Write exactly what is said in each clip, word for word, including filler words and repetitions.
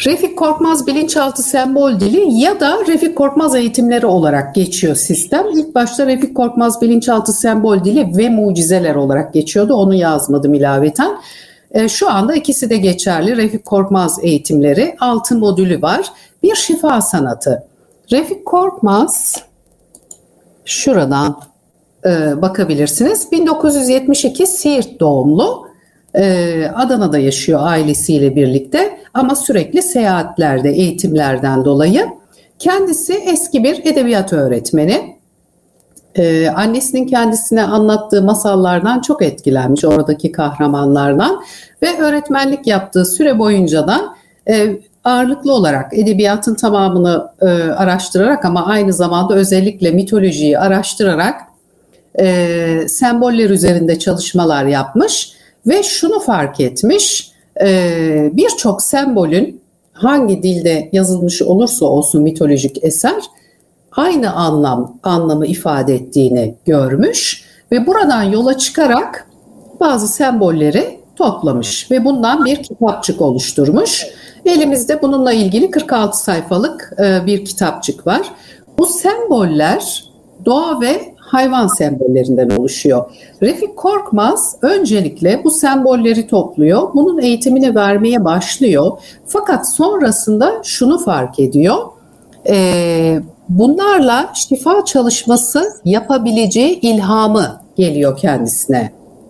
Refik Korkmaz bilinçaltı sembol dili ya da Refik Korkmaz eğitimleri olarak geçiyor sistem. İlk başta Refik Korkmaz bilinçaltı sembol dili ve mucizeler olarak geçiyordu. Onu yazmadım ilaveten. E, şu anda ikisi de geçerli. Refik Korkmaz eğitimleri, altı modülü var. Bir şifa sanatı. Refik Korkmaz, şuradan e, bakabilirsiniz. bin dokuz yüz yetmiş iki Siirt doğumlu. Ee, Adana'da yaşıyor ailesiyle birlikte ama sürekli seyahatlerde, eğitimlerden dolayı. Kendisi eski bir edebiyat öğretmeni. Ee, annesinin kendisine anlattığı masallardan çok etkilenmiş, oradaki kahramanlardan ve öğretmenlik yaptığı süre boyunca da e, ağırlıklı olarak edebiyatın tamamını e, araştırarak ama aynı zamanda özellikle mitolojiyi araştırarak e, semboller üzerinde çalışmalar yapmış. Ve şunu fark etmiş, birçok sembolün hangi dilde yazılmış olursa olsun mitolojik eser aynı anlam anlamı ifade ettiğini görmüş ve buradan yola çıkarak bazı sembolleri toplamış ve bundan bir kitapçık oluşturmuş. Elimizde bununla ilgili kırk altı sayfalık bir kitapçık var. Bu semboller doğa ve hayvan sembollerinden oluşuyor. Refik Korkmaz öncelikle bu sembolleri topluyor, bunun eğitimini vermeye başlıyor. Fakat sonrasında şunu fark ediyor, e, bunlarla şifa çalışması yapabileceği ilhamı geliyor kendisine.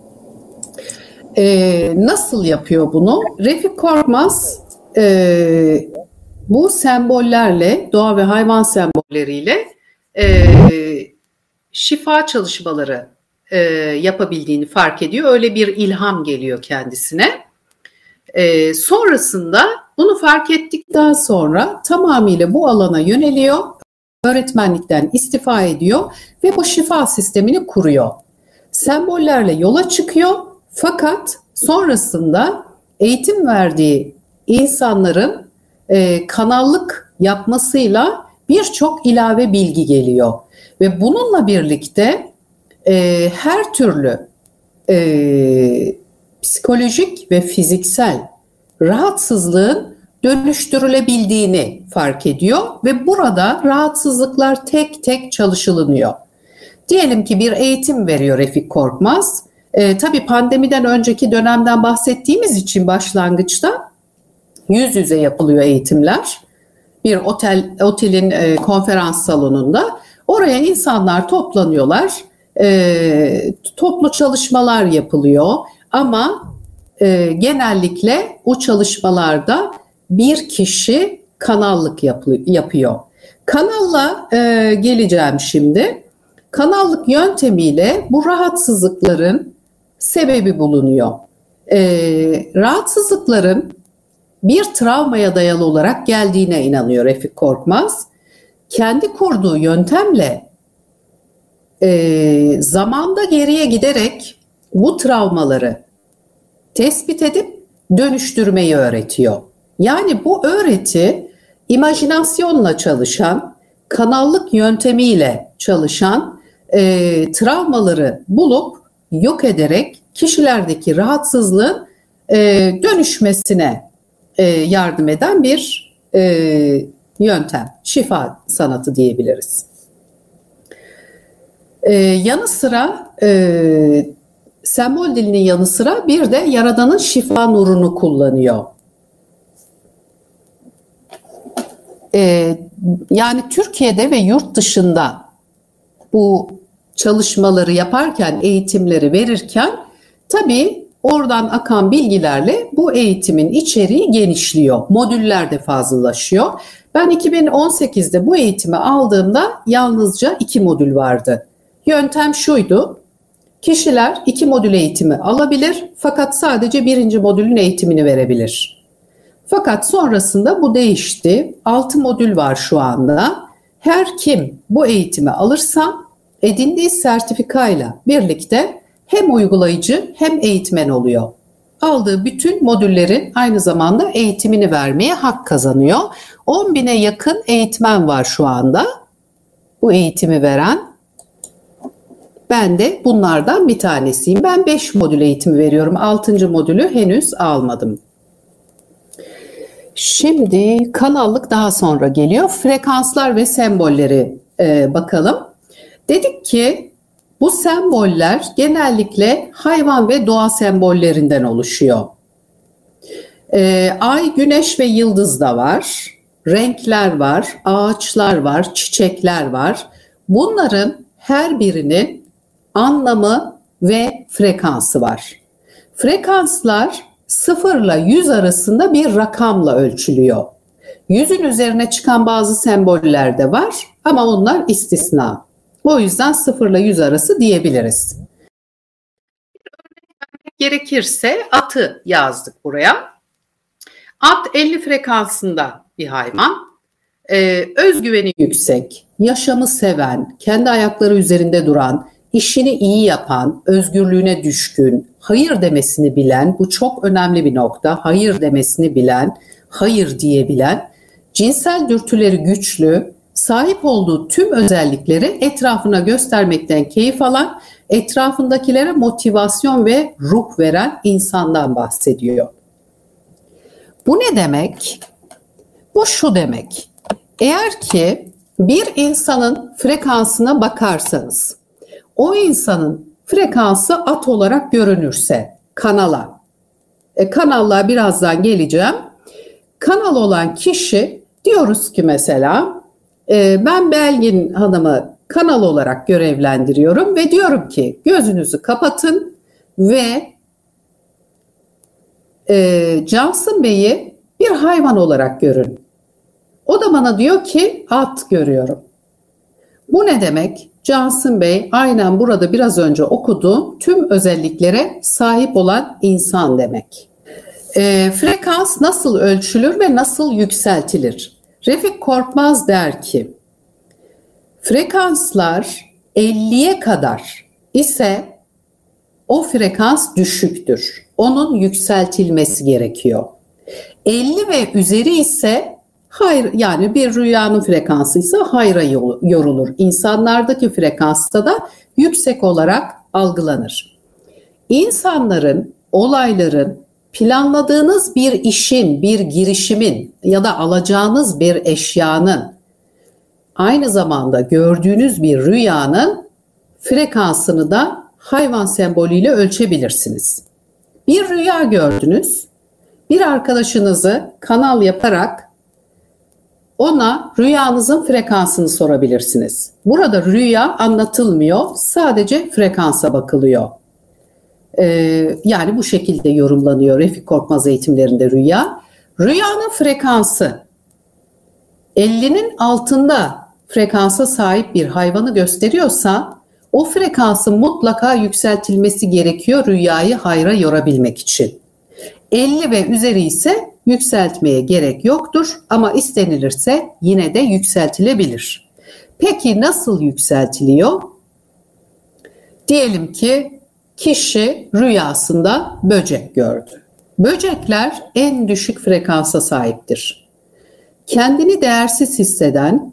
E, nasıl yapıyor bunu? Refik Korkmaz e, bu sembollerle, doğa ve hayvan sembolleriyle e, şifa çalışmaları e, yapabildiğini fark ediyor. Öyle bir ilham geliyor kendisine. E, sonrasında bunu fark ettikten sonra tamamıyla bu alana yöneliyor. Öğretmenlikten istifa ediyor ve bu şifa sistemini kuruyor. Sembollerle yola çıkıyor fakat sonrasında eğitim verdiği insanların e, kanallık yapmasıyla birçok ilave bilgi geliyor. Ve bununla birlikte e, her türlü e, psikolojik ve fiziksel rahatsızlığın dönüştürülebildiğini fark ediyor ve burada rahatsızlıklar tek tek çalışılınıyor. Diyelim ki bir eğitim veriyor Refik Korkmaz. E, tabii pandemiden önceki dönemden bahsettiğimiz için başlangıçta yüz yüze yapılıyor eğitimler. Bir otel otelin e, konferans salonunda. Oraya insanlar toplanıyorlar, e, toplu çalışmalar yapılıyor ama e, genellikle o çalışmalarda bir kişi kanallık yapı, yapıyor. Kanalla e, geleceğim şimdi. Kanallık yöntemiyle bu rahatsızlıkların sebebi bulunuyor. E, rahatsızlıkların bir travmaya dayalı olarak geldiğine inanıyor Refik Korkmaz. Kendi kurduğu yöntemle e, zamanda geriye giderek bu travmaları tespit edip dönüştürmeyi öğretiyor. Yani bu öğreti imajinasyonla çalışan, kanallık yöntemiyle çalışan e, travmaları bulup yok ederek kişilerdeki rahatsızlığın e, dönüşmesine e, yardım eden bir e, yöntem, şifa sanatı diyebiliriz. Ee, yanı sıra e, sembol dilinin yanı sıra bir de Yaradan'ın şifa nurunu kullanıyor. Ee, yani Türkiye'de ve yurt dışında bu çalışmaları yaparken, eğitimleri verirken tabii oradan akan bilgilerle bu eğitimin içeriği genişliyor. Modüller de fazlalaşıyor. Ben iki bin on sekizde bu eğitimi aldığımda yalnızca iki modül vardı. Yöntem şuydu, kişiler iki modül eğitimi alabilir fakat sadece birinci modülün eğitimini verebilir. Fakat sonrasında bu değişti, altı modül var şu anda. Her kim bu eğitimi alırsa edindiği sertifikayla birlikte hem uygulayıcı hem eğitmen oluyor. Aldığı bütün modüllerin aynı zamanda eğitimini vermeye hak kazanıyor. on bine yakın eğitmen var şu anda bu eğitimi veren. Ben de bunlardan bir tanesiyim. Ben beş modül eğitimi veriyorum. altıncı modülü henüz almadım. Şimdi kanallık daha sonra geliyor. Frekanslar ve sembolleri e, bakalım. Dedik ki bu semboller genellikle hayvan ve doğa sembollerinden oluşuyor. E, ay, güneş ve yıldız da var. Renkler var, ağaçlar var, çiçekler var. Bunların her birinin anlamı ve frekansı var. Frekanslar sıfır ile yüz arasında bir rakamla ölçülüyor. yüzün üzerine çıkan bazı semboller de var ama onlar istisna. O yüzden sıfır ile yüz arası diyebiliriz. Gerekirse atı yazdık buraya. At elli frekansında bir hayvan. Ee, özgüveni yüksek, yaşamı seven, kendi ayakları üzerinde duran, işini iyi yapan, özgürlüğüne düşkün, hayır demesini bilen, bu çok önemli bir nokta, hayır demesini bilen, hayır diyebilen, cinsel dürtüleri güçlü, sahip olduğu tüm özellikleri etrafına göstermekten keyif alan, etrafındakilere motivasyon ve ruh veren insandan bahsediyor. Bu ne demek? Bu şu demek. Eğer ki bir insanın frekansına bakarsanız, o insanın frekansı at olarak görünürse kanala, e, kanallığa birazdan geleceğim. Kanal olan kişi diyoruz ki mesela e, ben Belgin Hanım'ı kanal olarak görevlendiriyorum ve diyorum ki gözünüzü kapatın ve e, Cansın Bey'i bir hayvan olarak görün. O da bana diyor ki at görüyorum. Bu ne demek? Cansın Bey aynen burada biraz önce okuduğum tüm özelliklere sahip olan insan demek. E, frekans nasıl ölçülür ve nasıl yükseltilir? Refik Korkmaz der ki, frekanslar elliye kadar ise o frekans düşüktür. Onun yükseltilmesi gerekiyor. elli ve üzeri ise hayır, yani bir rüyanın frekansı ise hayra yorulur. İnsanlardaki frekansta da yüksek olarak algılanır. İnsanların, olayların, planladığınız bir işin, bir girişimin ya da alacağınız bir eşyanın, aynı zamanda gördüğünüz bir rüyanın frekansını da hayvan sembolüyle ölçebilirsiniz. Bir rüya gördünüz, bir arkadaşınızı kanal yaparak ona rüyanızın frekansını sorabilirsiniz. Burada rüya anlatılmıyor, sadece frekansa bakılıyor. Ee, yani bu şekilde yorumlanıyor Refik Korkmaz eğitimlerinde rüya. Rüyanın frekansı ellinin altında frekansa sahip bir hayvanı gösteriyorsa o frekansın mutlaka yükseltilmesi gerekiyor rüyayı hayra yorabilmek için. elli ve üzeri ise yükseltmeye gerek yoktur ama istenilirse yine de yükseltilebilir. Peki nasıl yükseltiliyor? Diyelim ki kişi rüyasında böcek gördü. Böcekler en düşük frekansa sahiptir. Kendini değersiz hisseden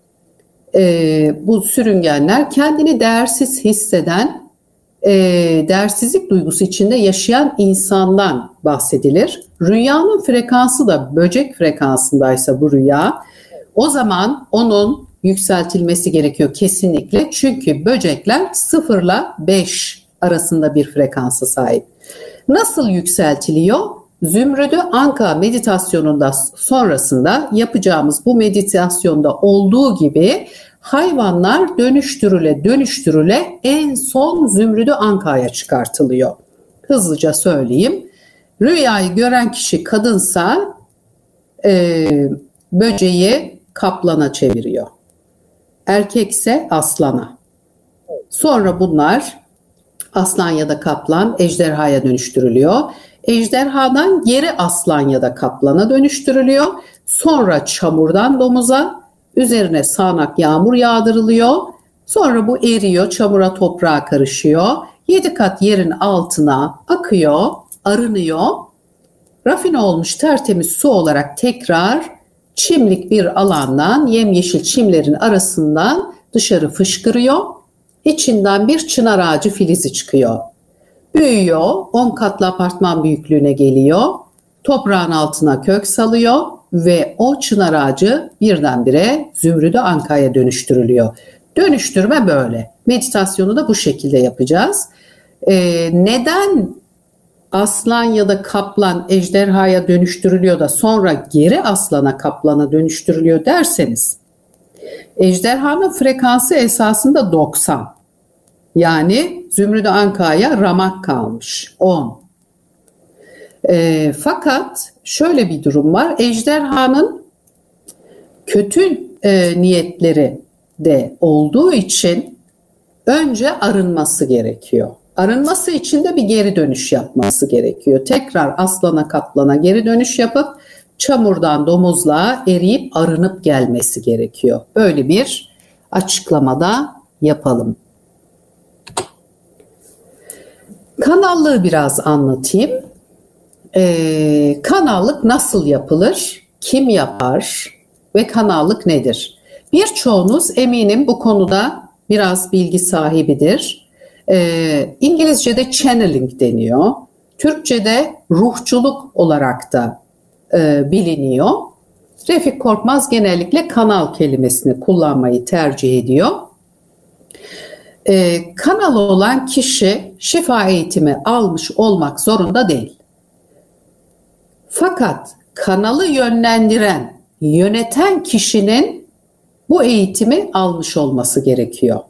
e, bu sürüngenler kendini değersiz hisseden, e, değersizlik duygusu içinde yaşayan insandan bahsedilir. Rüyanın frekansı da böcek frekansındaysa bu rüya, o zaman onun yükseltilmesi gerekiyor kesinlikle. Çünkü böcekler sıfır ile beş arasında bir frekansa sahip. Nasıl yükseltiliyor? Zümrüdü Anka meditasyonunda sonrasında yapacağımız bu meditasyonda olduğu gibi hayvanlar dönüştürüle dönüştürüle en son Zümrüdü Anka'ya çıkartılıyor. Hızlıca söyleyeyim. Rüyayı gören kişi kadınsa e, böceği kaplana çeviriyor. Erkekse aslana. Sonra bunlar aslan ya da kaplan ejderhaya dönüştürülüyor. Ejderhadan geri aslan ya da kaplana dönüştürülüyor. Sonra çamurdan domuza, üzerine sağanak yağmur yağdırılıyor. Sonra bu eriyor, çamura toprağa karışıyor. Yedi kat yerin altına akıyor, arınıyor. Rafine olmuş tertemiz su olarak tekrar çimlik bir alandan, yemyeşil çimlerin arasından dışarı fışkırıyor. İçinden bir çınar ağacı filizi çıkıyor. Büyüyor, on katlı apartman büyüklüğüne geliyor. Toprağın altına kök salıyor. ve o çınar ağacı birdenbire Zümrüdü Anka'ya dönüştürülüyor. Dönüştürme böyle. Meditasyonu da bu şekilde yapacağız. Ee, neden aslan ya da kaplan ejderhaya dönüştürülüyor da sonra geri aslana kaplana dönüştürülüyor derseniz, ejderhanın frekansı esasında doksan. Yani Zümrüdü Anka'ya ramak kalmış on. E, fakat şöyle bir durum var. Ejderhanın kötü e, niyetleri de olduğu için önce arınması gerekiyor. Arınması için de bir geri dönüş yapması gerekiyor. Tekrar aslana kaplana geri dönüş yapıp çamurdan domuzluğa eriyip arınıp gelmesi gerekiyor. Böyle bir açıklamada yapalım. Kanallığı biraz anlatayım. Ee, kanallık nasıl yapılır? Kim yapar? Ve kanallık nedir? Birçoğunuz eminim bu konuda biraz bilgi sahibidir. Ee, İngilizce'de channeling deniyor. Türkçe'de ruhçuluk olarak da e, biliniyor. Refik Korkmaz genellikle kanal kelimesini kullanmayı tercih ediyor. Ee, kanalı olan kişi şifa eğitimi almış olmak zorunda değil. Fakat kanalı yönlendiren, yöneten kişinin bu eğitimi almış olması gerekiyor.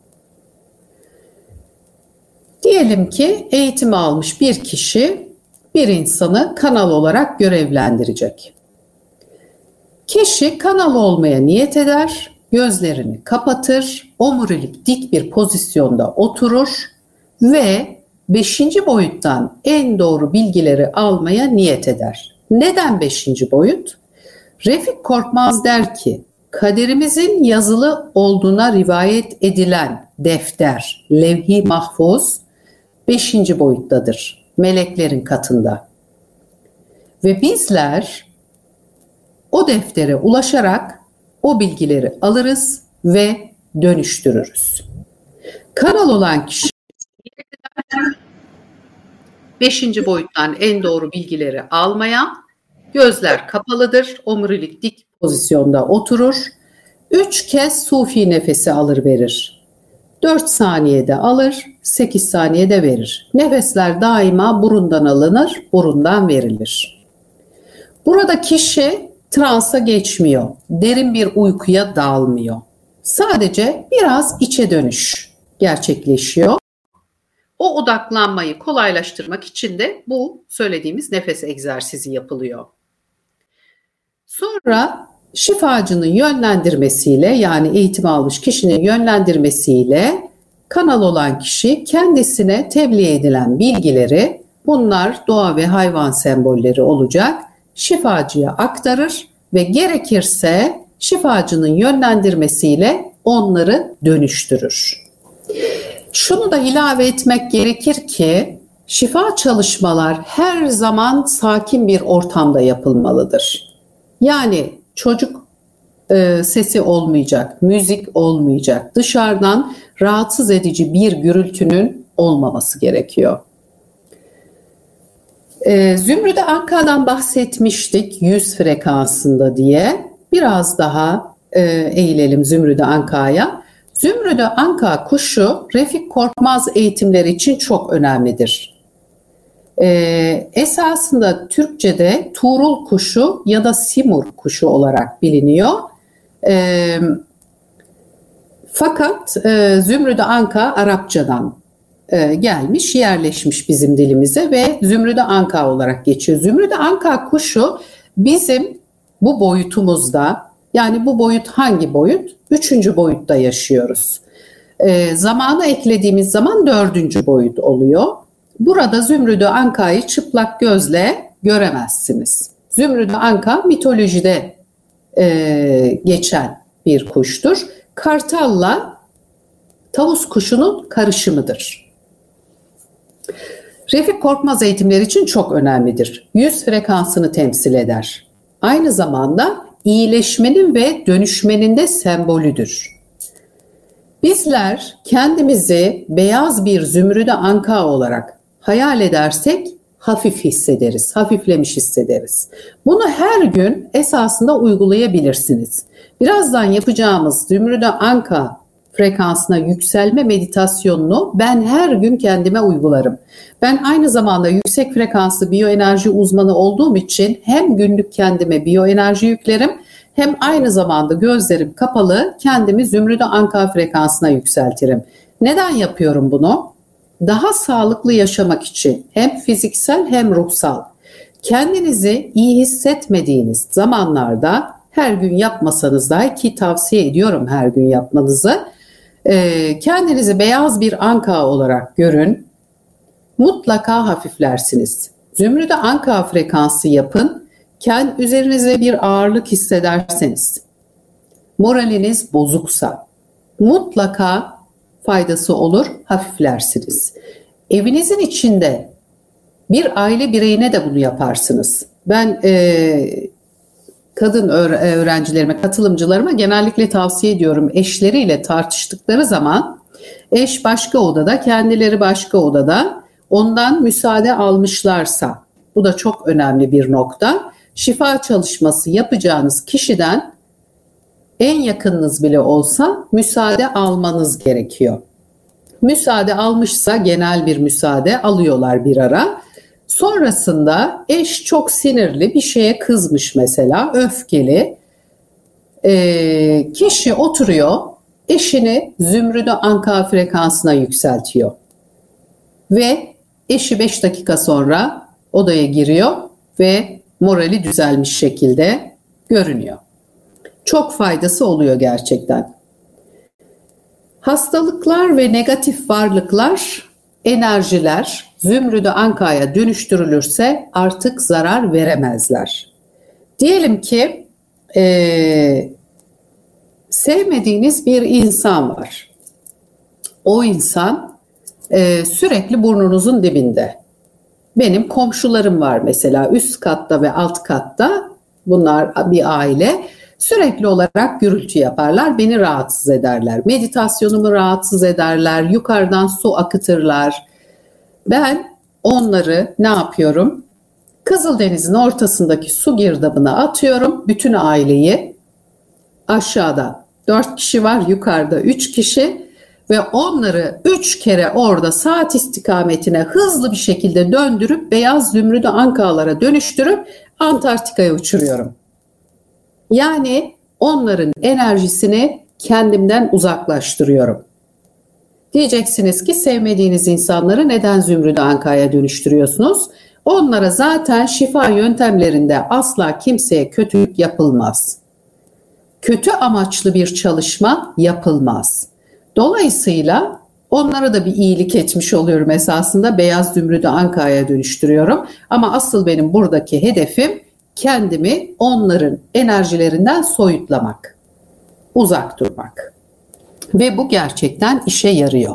Diyelim ki eğitimi almış bir kişi bir insanı kanal olarak görevlendirecek. Kişi kanal olmaya niyet eder, gözlerini kapatır, omurilik dik bir pozisyonda oturur ve beşinci boyuttan en doğru bilgileri almaya niyet eder. Neden beşinci boyut? Refik Korkmaz der ki, kaderimizin yazılı olduğuna rivayet edilen defter, levh-i mahfuz beşinci boyuttadır, meleklerin katında. Ve bizler o deftere ulaşarak o bilgileri alırız ve dönüştürürüz. Kanal olan kişi beşinci boyuttan en doğru bilgileri almaya, gözler kapalıdır, omurilik dik pozisyonda oturur, üç kez sufi nefesi alır verir. dört saniyede alır, sekiz saniyede verir. Nefesler daima burundan alınır, burundan verilir. Burada kişi transa geçmiyor, derin bir uykuya dalmıyor. Sadece biraz içe dönüş gerçekleşiyor. O odaklanmayı kolaylaştırmak için de bu söylediğimiz nefes egzersizi yapılıyor. Sonra şifacının yönlendirmesiyle, yani eğitim almış kişinin yönlendirmesiyle kanal olan kişi kendisine tebliğ edilen bilgileri, bunlar doğa ve hayvan sembolleri olacak, şifacıya aktarır ve gerekirse şifacının yönlendirmesiyle onları dönüştürür. Şunu da ilave etmek gerekir ki şifa çalışmalar her zaman sakin bir ortamda yapılmalıdır. Yani çocuk e, sesi olmayacak, müzik olmayacak, dışarıdan rahatsız edici bir gürültünün olmaması gerekiyor. E, Zümrüdü Anka'dan bahsetmiştik yüz frekansında diye. Biraz daha e, eğilelim Zümrüdü Anka'ya. Zümrüdü Anka kuşu Refik Korkmaz eğitimleri için çok önemlidir. Ee, esasında Türkçe'de Tuğrul kuşu ya da Simur kuşu olarak biliniyor. Ee, fakat e, Zümrüdü Anka Arapçadan e, gelmiş, yerleşmiş bizim dilimize ve Zümrüdü Anka olarak geçiyor. Zümrüdü Anka kuşu bizim bu boyutumuzda, yani bu boyut hangi boyut? Üçüncü boyutta yaşıyoruz. E, zamana eklediğimiz zaman dördüncü boyut oluyor. Burada Zümrüdü Anka'yı çıplak gözle göremezsiniz. Zümrüdü Anka mitolojide e, geçen bir kuştur. Kartalla tavus kuşunun karışımıdır. Refik Korkmaz eğitimleri için çok önemlidir. Yüz frekansını temsil eder. Aynı zamanda iyileşmenin ve dönüşmenin de sembolüdür. Bizler kendimizi beyaz bir Zümrüdü Anka olarak hayal edersek hafif hissederiz, hafiflemiş hissederiz. Bunu her gün esasında uygulayabilirsiniz. Birazdan yapacağımız Zümrüt Anka frekansına yükselme meditasyonunu ben her gün kendime uygularım. Ben aynı zamanda yüksek frekanslı biyoenerji uzmanı olduğum için hem günlük kendime biyoenerji yüklerim, hem aynı zamanda gözlerim kapalı kendimi Zümrüt Anka frekansına yükseltirim. Neden yapıyorum bunu? Daha sağlıklı yaşamak için, hem fiziksel hem ruhsal. Kendinizi iyi hissetmediğiniz zamanlarda her gün yapmasanız da, ki tavsiye ediyorum her gün yapmanızı, kendinizi beyaz bir anka olarak görün. Mutlaka hafiflersiniz. Zümrüt Anka frekansı yapın. Kendi üzerinize bir ağırlık hissederseniz, moraliniz bozuksa mutlaka faydası olur, hafiflersiniz. Evinizin içinde bir aile bireyine de bunu yaparsınız. Ben e, kadın öğrencilerime, katılımcılarıma genellikle tavsiye ediyorum. Eşleriyle tartıştıkları zaman eş başka odada, kendileri başka odada, ondan müsaade almışlarsa, bu da çok önemli bir nokta. Şifa çalışması yapacağınız kişiden en yakınınız bile olsa müsaade almanız gerekiyor. Müsaade almışsa genel bir müsaade alıyorlar bir ara. Sonrasında eş çok sinirli, bir şeye kızmış mesela, öfkeli. Ee, kişi oturuyor, eşini Zümrüt Anka frekansına yükseltiyor. Ve eşi beş dakika sonra odaya giriyor ve morali düzelmiş şekilde görünüyor. Çok faydası oluyor gerçekten. Hastalıklar ve negatif varlıklar, enerjiler Zümrüt Anka'ya dönüştürülürse artık zarar veremezler. Diyelim ki e, sevmediğiniz bir insan var. O insan e, sürekli burnunuzun dibinde. Benim komşularım var mesela, üst katta ve alt katta, bunlar bir aile. Sürekli olarak gürültü yaparlar, beni rahatsız ederler. Meditasyonumu rahatsız ederler, yukarıdan su akıtırlar. Ben onları ne yapıyorum? Kızıldeniz'in ortasındaki su girdabına atıyorum, bütün aileyi. Aşağıda dört kişi var, yukarıda üç kişi. Ve onları üç kere orada saat istikametine hızlı bir şekilde döndürüp beyaz Zümrüt Ankalara dönüştürüp Antarktika'ya uçuruyorum. Yani onların enerjisini kendimden uzaklaştırıyorum. Diyeceksiniz ki sevmediğiniz insanları neden Zümrüt Anka'ya dönüştürüyorsunuz? Onlara zaten şifa yöntemlerinde asla kimseye kötülük yapılmaz. Kötü amaçlı bir çalışma yapılmaz. Dolayısıyla onlara da bir iyilik etmiş oluyorum esasında. Beyaz Zümrüt Anka'ya dönüştürüyorum. Ama asıl benim buradaki hedefim kendimi onların enerjilerinden soyutlamak, uzak durmak. Ve bu gerçekten işe yarıyor.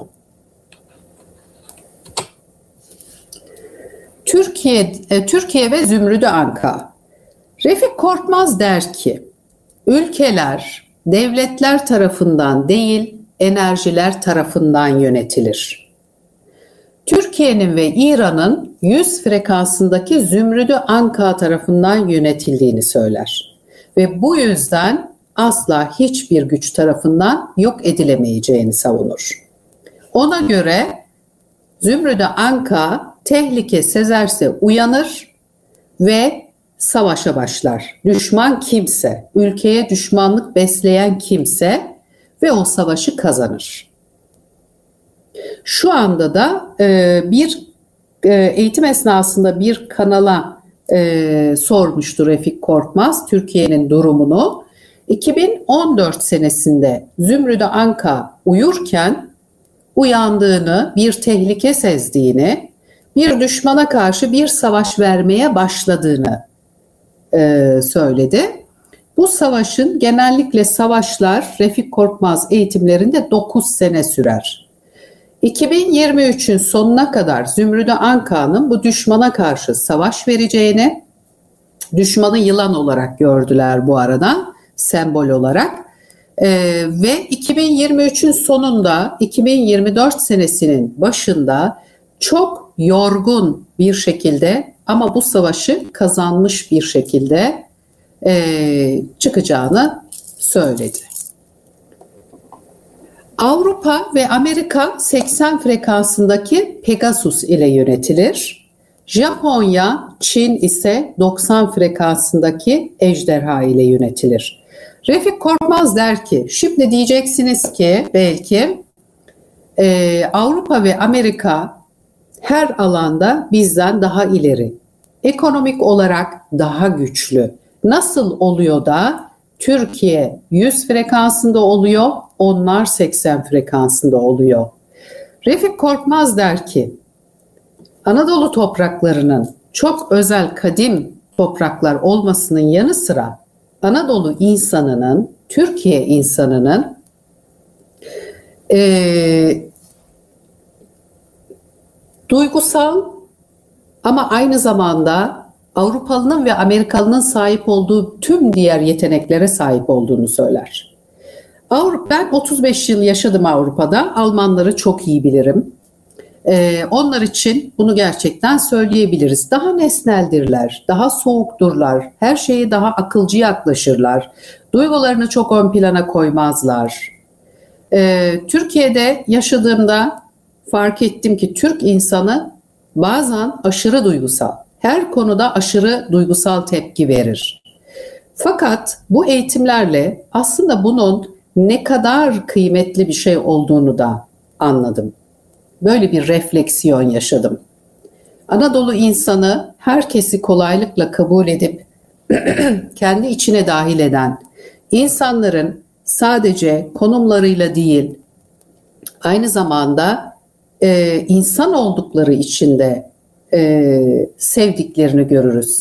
Türkiye, Türkiye ve Zümrüt Anka. Refik Korkmaz der ki, ülkeler devletler tarafından değil, enerjiler tarafından yönetilir. Türkiye'nin ve İran'ın yüz frekansındaki Zümrüt Anka tarafından yönetildiğini söyler. Ve bu yüzden asla hiçbir güç tarafından yok edilemeyeceğini savunur. Ona göre Zümrüt Anka tehlike sezerse uyanır ve savaşa başlar. Düşman kimse, ülkeye düşmanlık besleyen kimse ve o savaşı kazanır. Şu anda da e, bir e, eğitim esnasında bir kanala e, sormuştu Refik Korkmaz Türkiye'nin durumunu. iki bin on dört senesinde Zümrüt Anka uyurken uyandığını, bir tehlike sezdiğini, bir düşmana karşı bir savaş vermeye başladığını e, söyledi. Bu savaşın, genellikle savaşlar Refik Korkmaz eğitimlerinde dokuz sene sürer. iki bin yirmi üçün sonuna kadar Zümrüt Anka'nın bu düşmana karşı savaş vereceğini, düşmanı yılan olarak gördüler bu arada, sembol olarak. Ee, ve iki bin yirmi üçün sonunda, iki bin yirmi dört senesinin başında çok yorgun bir şekilde ama bu savaşı kazanmış bir şekilde e, çıkacağını söyledi. Avrupa ve Amerika seksen frekansındaki Pegasus ile yönetilir. Japonya, Çin ise doksan frekansındaki Ejderha ile yönetilir. Refik Korkmaz der ki, şimdi diyeceksiniz ki belki e, Avrupa ve Amerika her alanda bizden daha ileri, ekonomik olarak daha güçlü. Nasıl oluyor da Türkiye yüz frekansında oluyor, onlar seksen frekansında oluyor? Refik Korkmaz der ki, Anadolu topraklarının çok özel kadim topraklar olmasının yanı sıra Anadolu insanının, Türkiye insanının e, duygusal ama aynı zamanda Avrupalının ve Amerikalının sahip olduğu tüm diğer yeteneklere sahip olduğunu söyler. Avrupa, ben otuz beş yıl yaşadım Avrupa'da. Almanları çok iyi bilirim. Ee, onlar için bunu gerçekten söyleyebiliriz. Daha nesneldirler, daha soğukturlar, her şeye daha akılcı yaklaşırlar. Duygularını çok ön plana koymazlar. Ee, Türkiye'de yaşadığımda fark ettim ki Türk insanı bazen aşırı duygusal. Her konuda aşırı duygusal tepki verir. Fakat bu eğitimlerle aslında bunun ne kadar kıymetli bir şey olduğunu da anladım. Böyle bir refleksiyon yaşadım. Anadolu insanı herkesi kolaylıkla kabul edip kendi içine dahil eden, insanların sadece konumlarıyla değil, aynı zamanda e, insan oldukları için de e, sevdiklerini görürüz.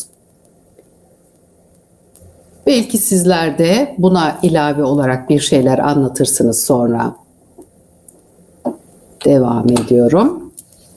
Belki sizler de buna ilave olarak bir şeyler anlatırsınız sonra. Devam ediyorum.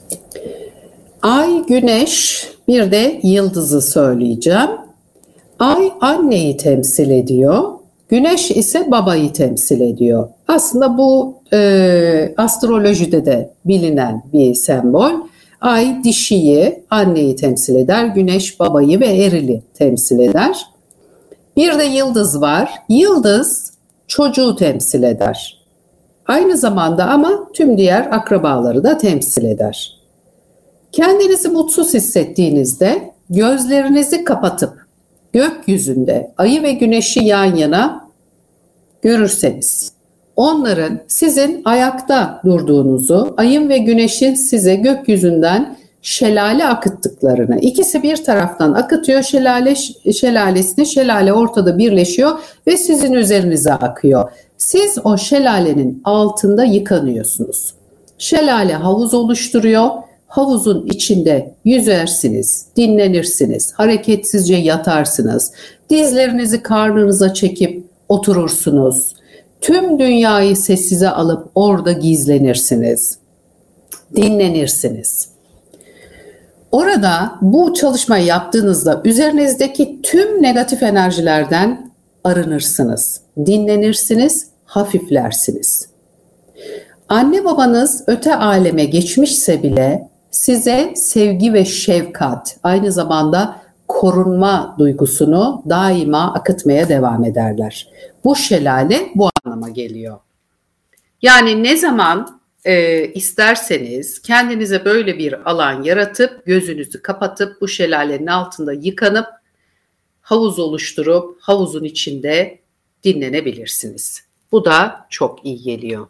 Ay, güneş, bir de yıldızı söyleyeceğim. Ay anneyi temsil ediyor. Güneş ise babayı temsil ediyor. Aslında bu e, astrolojide de bilinen bir sembol. Ay dişiyi, anneyi temsil eder. Güneş babayı ve erili temsil eder. Bir de yıldız var. Yıldız çocuğu temsil eder. Aynı zamanda ama tüm diğer akrabaları da temsil eder. Kendinizi mutsuz hissettiğinizde gözlerinizi kapatıp gökyüzünde ayı ve güneşi yan yana görürseniz, onların sizin ayakta durduğunuzu, ayın ve güneşin size gökyüzünden şelale akıttıklarını, ikisi bir taraftan akıtıyor şelale şelalesini, şelale ortada birleşiyor ve sizin üzerinize akıyor. Siz o şelalenin altında yıkanıyorsunuz. Şelale havuz oluşturuyor. Havuzun içinde yüzersiniz, dinlenirsiniz, hareketsizce yatarsınız. Dizlerinizi karnınıza çekip oturursunuz. Tüm dünyayı sessize alıp orada gizlenirsiniz. Dinlenirsiniz. Orada bu çalışmayı yaptığınızda üzerinizdeki tüm negatif enerjilerden arınırsınız. Dinlenirsiniz, hafiflersiniz. Anne babanız öte aleme geçmişse bile size sevgi ve şefkat, aynı zamanda korunma duygusunu daima akıtmaya devam ederler. Bu şelale bu anlama geliyor. Yani ne zaman e, isterseniz kendinize böyle bir alan yaratıp gözünüzü kapatıp bu şelalenin altında yıkanıp havuz oluşturup havuzun içinde dinlenebilirsiniz. Bu da çok iyi geliyor.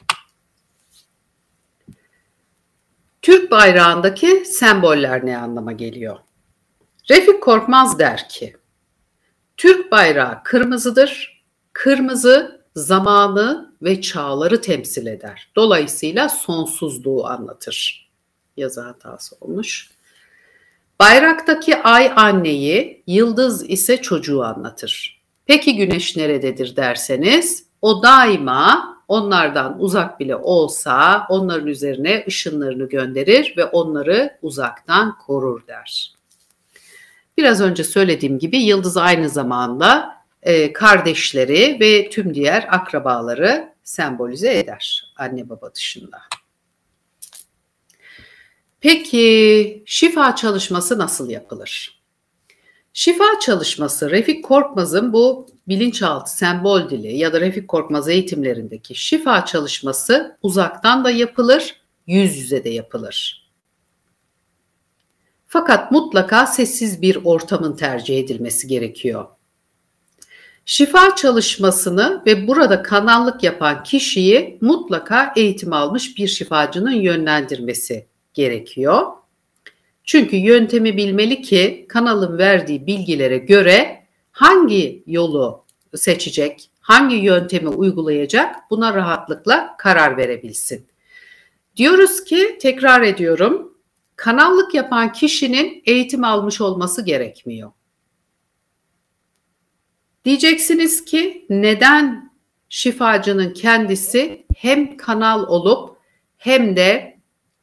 Türk bayrağındaki semboller ne anlama geliyor? Refik Korkmaz der ki, Türk bayrağı kırmızıdır. Kırmızı zamanı ve çağları temsil eder. Dolayısıyla sonsuzluğu anlatır. Yazı hatası olmuş. Bayraktaki ay anneyi, yıldız ise çocuğu anlatır. Peki güneş nerededir derseniz, o daima onlardan uzak bile olsa onların üzerine ışınlarını gönderir ve onları uzaktan korur der. Biraz önce söylediğim gibi yıldız aynı zamanda e, kardeşleri ve tüm diğer akrabaları sembolize eder anne baba dışında. Peki şifa çalışması nasıl yapılır? Şifa çalışması Refik Korkmaz'ın bu bilinçaltı sembol dili ya da Refik Korkmaz eğitimlerindeki şifa çalışması uzaktan da yapılır, yüz yüze de yapılır. Fakat mutlaka sessiz bir ortamın tercih edilmesi gerekiyor. Şifa çalışmasını ve burada kanallık yapan kişiyi mutlaka eğitim almış bir şifacının yönlendirmesi gerekiyor. Çünkü yöntemi bilmeli ki kanalın verdiği bilgilere göre hangi yolu seçecek, hangi yöntemi uygulayacak buna rahatlıkla karar verebilsin. Diyoruz ki, tekrar ediyorum, kanallık yapan kişinin eğitim almış olması gerekmiyor. Diyeceksiniz ki neden şifacının kendisi hem kanal olup hem de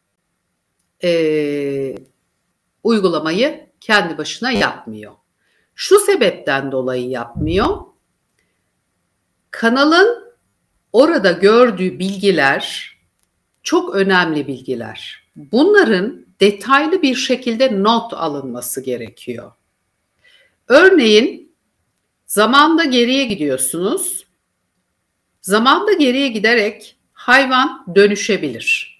e, uygulamayı kendi başına yapmıyor? Şu sebepten dolayı yapmıyor. Kanalın orada gördüğü bilgiler çok önemli bilgiler. Bunların detaylı bir şekilde not alınması gerekiyor. Örneğin zamanda geriye gidiyorsunuz. Zamanda geriye giderek hayvan dönüşebilir.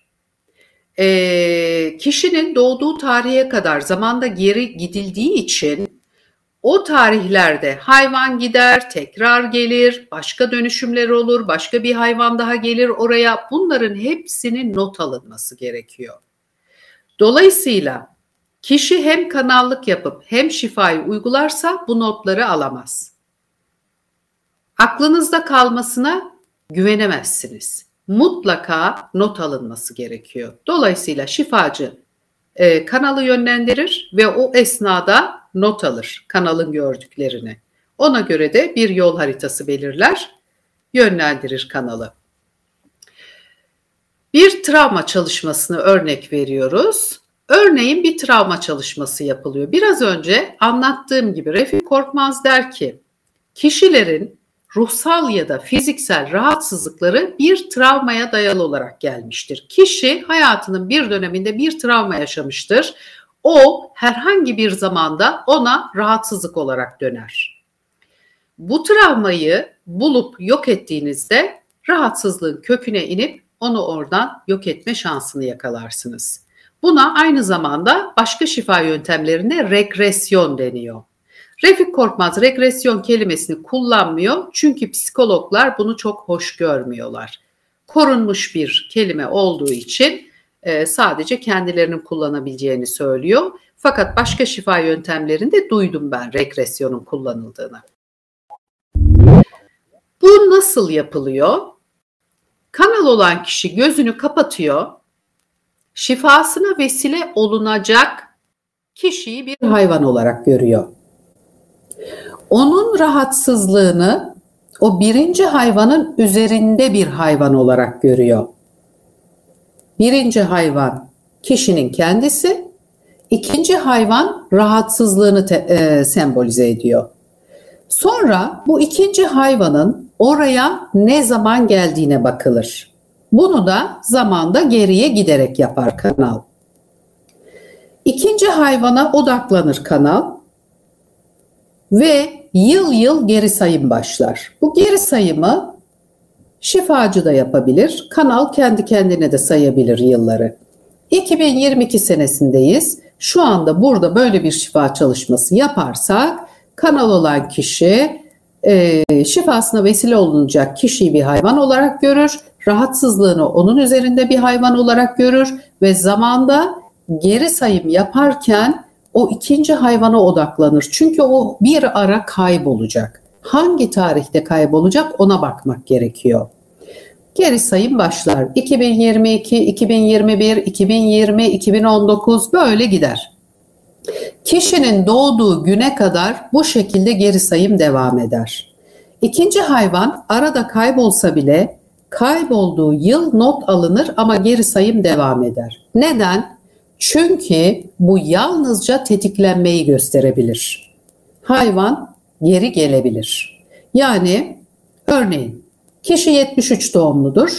E, kişinin doğduğu tarihe kadar zamanda geri gidildiği için o tarihlerde hayvan gider, tekrar gelir, başka dönüşümler olur, başka bir hayvan daha gelir oraya. Bunların hepsinin not alınması gerekiyor. Dolayısıyla kişi hem kanallık yapıp hem şifayı uygularsa bu notları alamaz. Aklınızda kalmasına güvenemezsiniz. Mutlaka not alınması gerekiyor. Dolayısıyla şifacı e, kanalı yönlendirir ve o esnada not alır kanalın gördüklerini. Ona göre de bir yol haritası belirler, yönlendirir kanalı. Bir travma çalışmasını örnek veriyoruz. Örneğin bir travma çalışması yapılıyor. Biraz önce anlattığım gibi Refik Korkmaz der ki, kişilerin ruhsal ya da fiziksel rahatsızlıkları bir travmaya dayalı olarak gelmiştir. Kişi hayatının bir döneminde bir travma yaşamıştır. O herhangi bir zamanda ona rahatsızlık olarak döner. Bu travmayı bulup yok ettiğinizde rahatsızlığın köküne inip onu oradan yok etme şansını yakalarsınız. Buna aynı zamanda başka şifa yöntemlerinde regresyon deniyor. Refik Korkmaz regresyon kelimesini kullanmıyor çünkü psikologlar bunu çok hoş görmüyorlar. Korunmuş bir kelime olduğu için e, sadece kendilerinin kullanabileceğini söylüyor. Fakat başka şifa yöntemlerinde duydum ben regresyonun kullanıldığını. Bu nasıl yapılıyor? Kanal olan kişi gözünü kapatıyor, şifasına vesile olunacak kişiyi bir hayvan olarak görüyor. Onun rahatsızlığını o birinci hayvanın üzerinde bir hayvan olarak görüyor. Birinci hayvan kişinin kendisi, ikinci hayvan rahatsızlığını te, e, sembolize ediyor. Sonra bu ikinci hayvanın oraya ne zaman geldiğine bakılır. Bunu da zamanda geriye giderek yapar kanal. İkinci hayvana odaklanır kanal ve yıl yıl geri sayım başlar. Bu geri sayımı şifacı da yapabilir, kanal kendi kendine de sayabilir yılları. iki bin yirmi iki senesindeyiz. Şu anda burada böyle bir şifa çalışması yaparsak kanal olan kişi e, şifasına vesile olunacak kişiyi bir hayvan olarak görür, rahatsızlığını onun üzerinde bir hayvan olarak görür ve zamanda geri sayım yaparken o ikinci hayvana odaklanır. Çünkü o bir ara kaybolacak. Hangi tarihte kaybolacak ona bakmak gerekiyor. Geri sayım başlar. iki bin yirmi iki, iki bin yirmi bir, iki bin yirmi, iki bin on dokuz böyle gider. Kişinin doğduğu güne kadar bu şekilde geri sayım devam eder. İkinci hayvan arada kaybolsa bile kaybolduğu yıl not alınır ama geri sayım devam eder. Neden? Çünkü bu yalnızca tetiklenmeyi gösterebilir. Hayvan geri gelebilir. Yani örneğin kişi yetmiş üç doğumludur.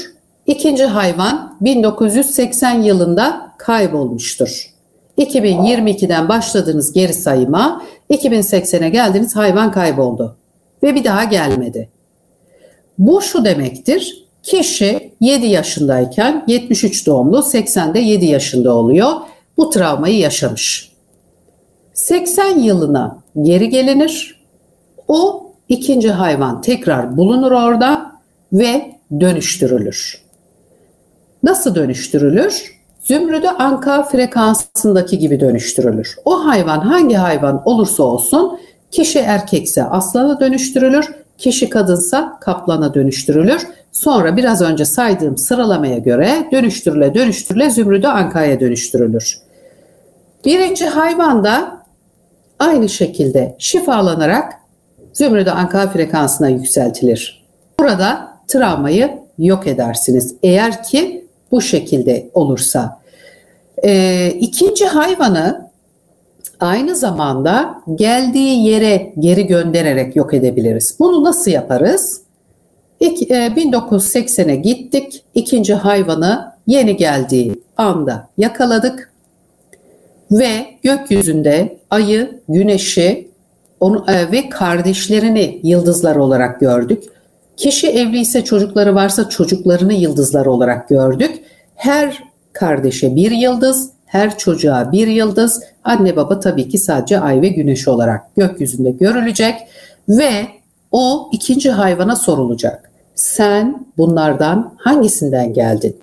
İkinci hayvan bin dokuz yüz seksen yılında kaybolmuştur. iki bin yirmi ikiden başladığınız geri sayıma, iki bin seksene geldiniz, hayvan kayboldu ve bir daha gelmedi. Bu şu demektir: kişi yedi yaşındayken, yetmiş üç doğumlu, seksende yedi yaşında oluyor, bu travmayı yaşamış. seksen yılına geri gelinir, o ikinci hayvan tekrar bulunur orada ve dönüştürülür. Nasıl dönüştürülür? Zümrüdü anka frekansındaki gibi dönüştürülür. O hayvan hangi hayvan olursa olsun, kişi erkekse aslana dönüştürülür, kişi kadınsa kaplana dönüştürülür. Sonra biraz önce saydığım sıralamaya göre dönüştürüle dönüştürüle zümrüdü ankaya dönüştürülür. Birinci hayvan da aynı şekilde şifalanarak zümrüdü anka frekansına yükseltilir. Burada travmayı yok edersiniz eğer ki bu şekilde olursa. Ee, ikinci hayvanı aynı zamanda geldiği yere geri göndererek yok edebiliriz. Bunu nasıl yaparız? İk, e, bin dokuz yüz seksene gittik. İkinci hayvanı yeni geldiği anda yakaladık ve gökyüzünde ayı, güneşi onu, e, ve kardeşlerini yıldızlar olarak gördük. Kişi evliyse, çocukları varsa çocuklarını yıldızlar olarak gördük. Her kardeşe bir yıldız, her çocuğa bir yıldız, anne baba tabii ki sadece ay ve güneş olarak gökyüzünde görülecek ve o ikinci hayvana sorulacak: sen bunlardan hangisinden geldin?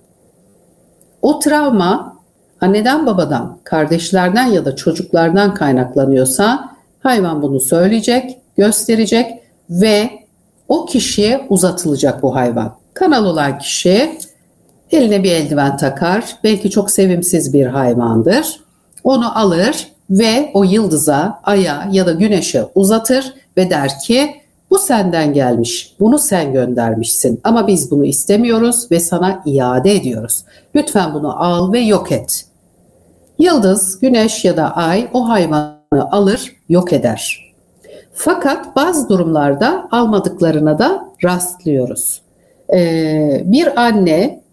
O travma anneden, babadan, kardeşlerden ya da çocuklardan kaynaklanıyorsa hayvan bunu söyleyecek, gösterecek ve o kişiye uzatılacak bu hayvan. Kanal olan kişi eline bir eldiven takar, belki çok sevimsiz bir hayvandır. Onu alır ve o yıldıza, aya ya da güneşe uzatır ve der ki bu senden gelmiş, bunu sen göndermişsin ama biz bunu istemiyoruz ve sana iade ediyoruz. Lütfen bunu al ve yok et. Yıldız, güneş ya da ay o hayvanı alır, yok eder. Fakat bazı durumlarda almadıklarına da rastlıyoruz. Ee, bir anne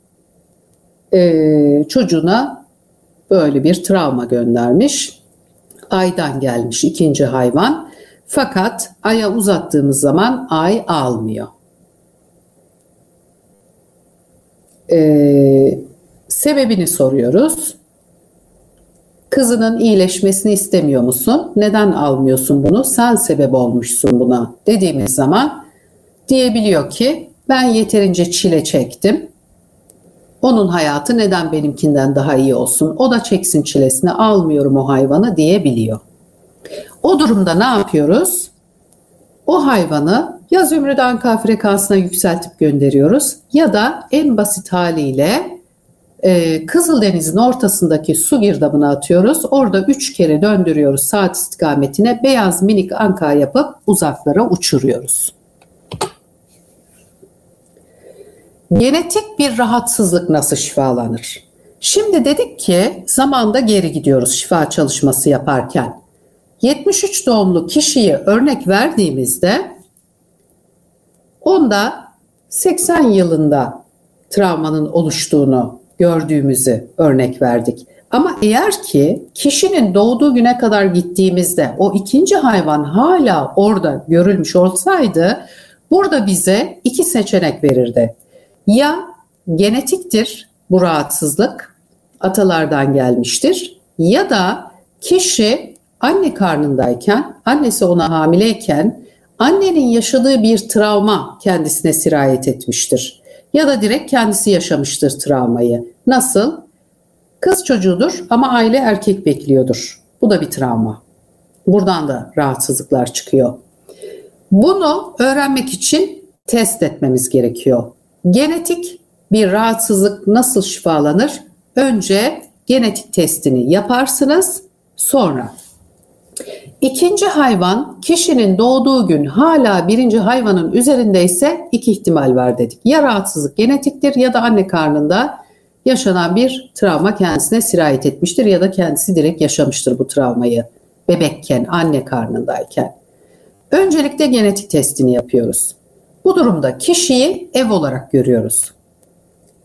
e, çocuğuna böyle bir travma göndermiş. Aydan gelmiş ikinci hayvan. Fakat aya uzattığımız zaman ay almıyor. Ee, sebebini soruyoruz. Kızının iyileşmesini istemiyor musun? Neden almıyorsun bunu? Sen sebep olmuşsun buna dediğimiz zaman diyebiliyor ki ben yeterince çile çektim. Onun hayatı neden benimkinden daha iyi olsun? O da çeksin çilesini, almıyorum o hayvanı diyebiliyor. O durumda ne yapıyoruz? O hayvanı ya zümrüt anka frekansına yükseltip gönderiyoruz ya da en basit haliyle e, Kızıldeniz'in ortasındaki su girdabına atıyoruz. Orada üç kere döndürüyoruz saat istikametine, beyaz minik anka yapıp uzaklara uçuruyoruz. Genetik bir rahatsızlık nasıl şifalanır? Şimdi dedik ki zamanda geri gidiyoruz şifa çalışması yaparken. yetmiş üç doğumlu kişiyi örnek verdiğimizde onda seksen yılında travmanın oluştuğunu gördüğümüzü örnek verdik. Ama eğer ki kişinin doğduğu güne kadar gittiğimizde o ikinci hayvan hala orada görülmüş olsaydı burada bize iki seçenek verirdi. Ya genetiktir bu rahatsızlık, atalardan gelmiştir, ya da kişi anne karnındayken, annesi ona hamileyken annenin yaşadığı bir travma kendisine sirayet etmiştir. Ya da direkt kendisi yaşamıştır travmayı. Nasıl? Kız çocuğudur ama aile erkek bekliyordur. Bu da bir travma. Buradan da rahatsızlıklar çıkıyor. Bunu öğrenmek için test etmemiz gerekiyor. Genetik bir rahatsızlık nasıl şifalanır? Önce genetik testini yaparsınız, sonra İkinci hayvan kişinin doğduğu gün hala birinci hayvanın üzerindeyse iki ihtimal var dedik. Ya rahatsızlık genetiktir ya da anne karnında yaşanan bir travma kendisine sirayet etmiştir ya da kendisi direkt yaşamıştır bu travmayı bebekken, anne karnındayken. Öncelikle genetik testini yapıyoruz. Bu durumda kişiyi ev olarak görüyoruz.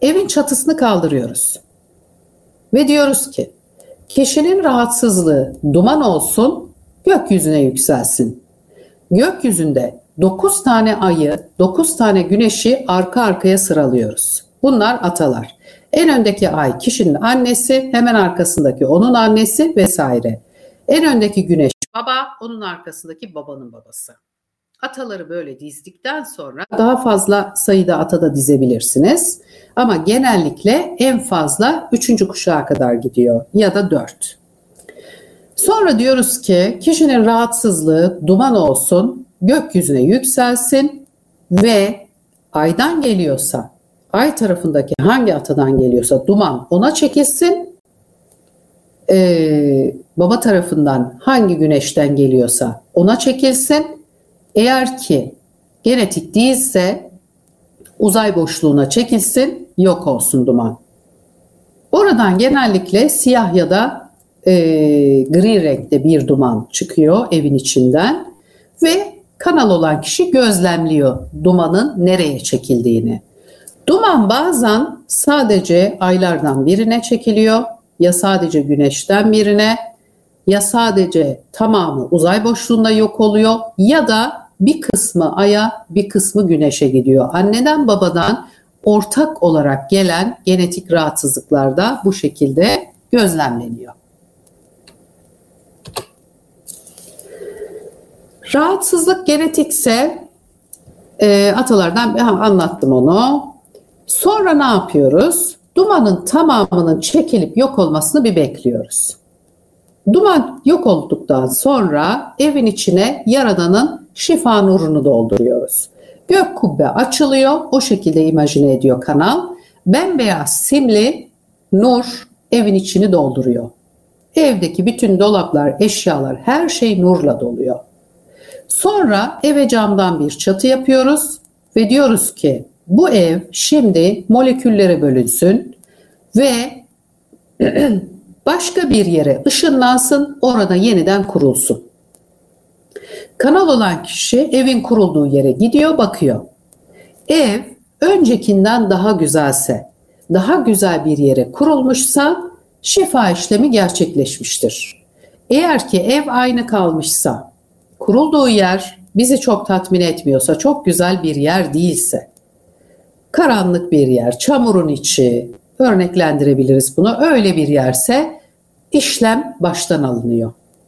evin çatısını kaldırıyoruz. Ve diyoruz ki kişinin rahatsızlığı duman olsun, gökyüzüne yükselsin. Gökyüzünde dokuz tane ayı, dokuz tane güneşi arka arkaya sıralıyoruz. Bunlar atalar. En öndeki ay kişinin annesi, hemen arkasındaki onun annesi vesaire. En öndeki güneş baba, onun arkasındaki babanın babası. Ataları böyle dizdikten sonra daha fazla sayıda ata da dizebilirsiniz. Ama genellikle en fazla üçüncü kuşağa kadar gidiyor ya da dört. Sonra diyoruz ki kişinin rahatsızlığı duman olsun, gökyüzüne yükselsin ve aydan geliyorsa, ay tarafındaki hangi atadan geliyorsa duman ona çekilsin. Ee, baba tarafından hangi güneşten geliyorsa ona çekilsin. Eğer ki genetik değilse uzay boşluğuna çekilsin, yok olsun duman. Oradan genellikle siyah ya da e, gri renkte bir duman çıkıyor evin içinden ve kanal olan kişi gözlemliyor dumanın nereye çekildiğini. Duman bazen sadece aylardan birine çekiliyor, ya sadece güneşten birine, ya sadece tamamı uzay boşluğunda yok oluyor ya da bir kısmı aya, bir kısmı güneşe gidiyor. Anneden babadan ortak olarak gelen genetik rahatsızlıklar da bu şekilde gözlemleniyor. Rahatsızlık genetikse e, atalardan ha, anlattım onu. Sonra ne yapıyoruz? Dumanın tamamının çekilip yok olmasını bir bekliyoruz. Duman yok olduktan sonra evin içine Yaradan'ın şifa nurunu dolduruyoruz. Gök kubbe açılıyor, o şekilde imajine ediyor kanal. Bembeyaz simli nur evin içini dolduruyor. Evdeki bütün dolaplar, eşyalar, her şey nurla doluyor. Sonra eve camdan bir çatı yapıyoruz ve diyoruz ki bu ev şimdi moleküllere bölünsün ve başka bir yere ışınlansın, orada yeniden kurulsun. Kanal olan kişi evin kurulduğu yere gidiyor, bakıyor. Ev öncekinden daha güzelse, daha güzel bir yere kurulmuşsa şifa işlemi gerçekleşmiştir. Eğer ki ev aynı kalmışsa, kurulduğu yer bizi çok tatmin etmiyorsa, çok güzel bir yer değilse, karanlık bir yer, çamurun içi, örneklendirebiliriz bunu, öyle bir yerse işlem baştan alınıyor.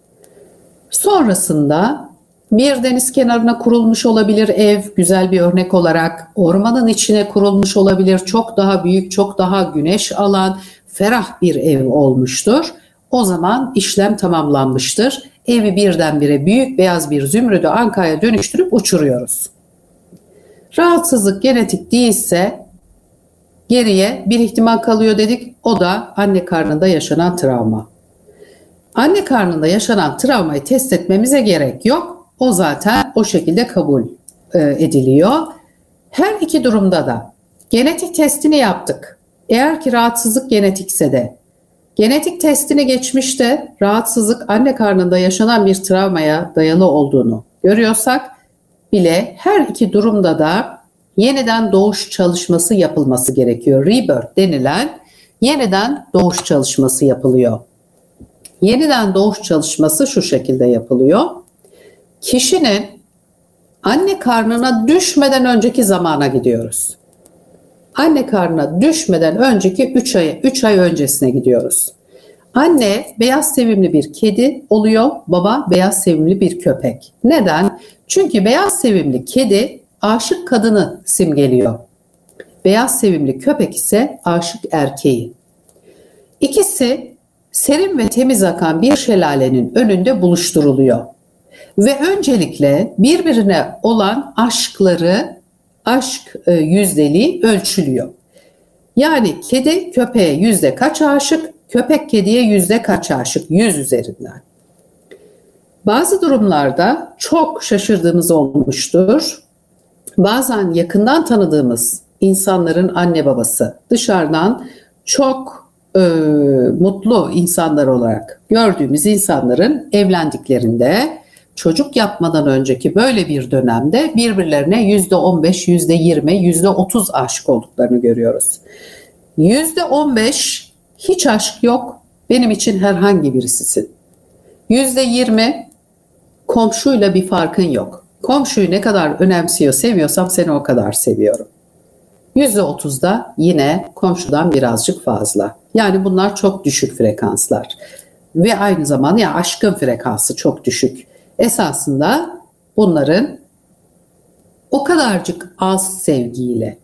Sonrasında bir deniz kenarına kurulmuş olabilir ev, güzel bir örnek olarak ormanın içine kurulmuş olabilir, çok daha büyük, çok daha güneş alan, ferah bir ev olmuştur. O zaman işlem tamamlanmıştır. Evi birdenbire büyük beyaz bir zümrüdü ankaya dönüştürüp uçuruyoruz. Rahatsızlık genetik değilse geriye bir ihtimal kalıyor dedik, o da anne karnında yaşanan travma. Anne karnında yaşanan travmayı test etmemize gerek yok. O zaten o şekilde kabul ediliyor. Her iki durumda da genetik testini yaptık. Eğer ki rahatsızlık genetikse de, genetik testini geçmiş de rahatsızlık anne karnında yaşanan bir travmaya dayalı olduğunu görüyorsak bile her iki durumda da yeniden doğuş çalışması yapılması gerekiyor. Rebirth denilen yeniden doğuş çalışması yapılıyor. Yeniden doğuş çalışması şu şekilde yapılıyor. Kişinin anne karnına düşmeden önceki zamana gidiyoruz. Anne karnına düşmeden önceki üç ay, üç ay öncesine gidiyoruz. Anne beyaz sevimli bir kedi oluyor, baba beyaz sevimli bir köpek. Neden? Çünkü beyaz sevimli kedi aşık kadını simgeliyor. Beyaz sevimli köpek ise aşık erkeği. İkisi serin ve temiz akan bir şelalenin önünde buluşturuluyor. Ve öncelikle birbirine olan aşkları, aşk e, yüzdeliği ölçülüyor. Yani kedi köpeğe yüzde kaç aşık, köpek kediye yüzde kaç aşık, yüz üzerinden. Bazı durumlarda çok şaşırdığımız olmuştur. Bazen yakından tanıdığımız insanların anne babası dışarıdan çok e, mutlu insanlar olarak gördüğümüz insanların evlendiklerinde çocuk yapmadan önceki böyle bir dönemde birbirlerine yüzde on beş, yüzde yirmi, yüzde otuz aşık olduklarını görüyoruz. yüzde on beş hiç aşk yok, benim için herhangi birisisin. yüzde yirmi komşuyla bir farkın yok. Komşuyu ne kadar önemsiyor, seviyorsam seni o kadar seviyorum. yüzde otuz da yine komşudan birazcık fazla. Yani bunlar çok düşük frekanslar. Ve aynı zamanda ya aşkın frekansı çok düşük. Esasında bunların o kadarcık az sevgiyle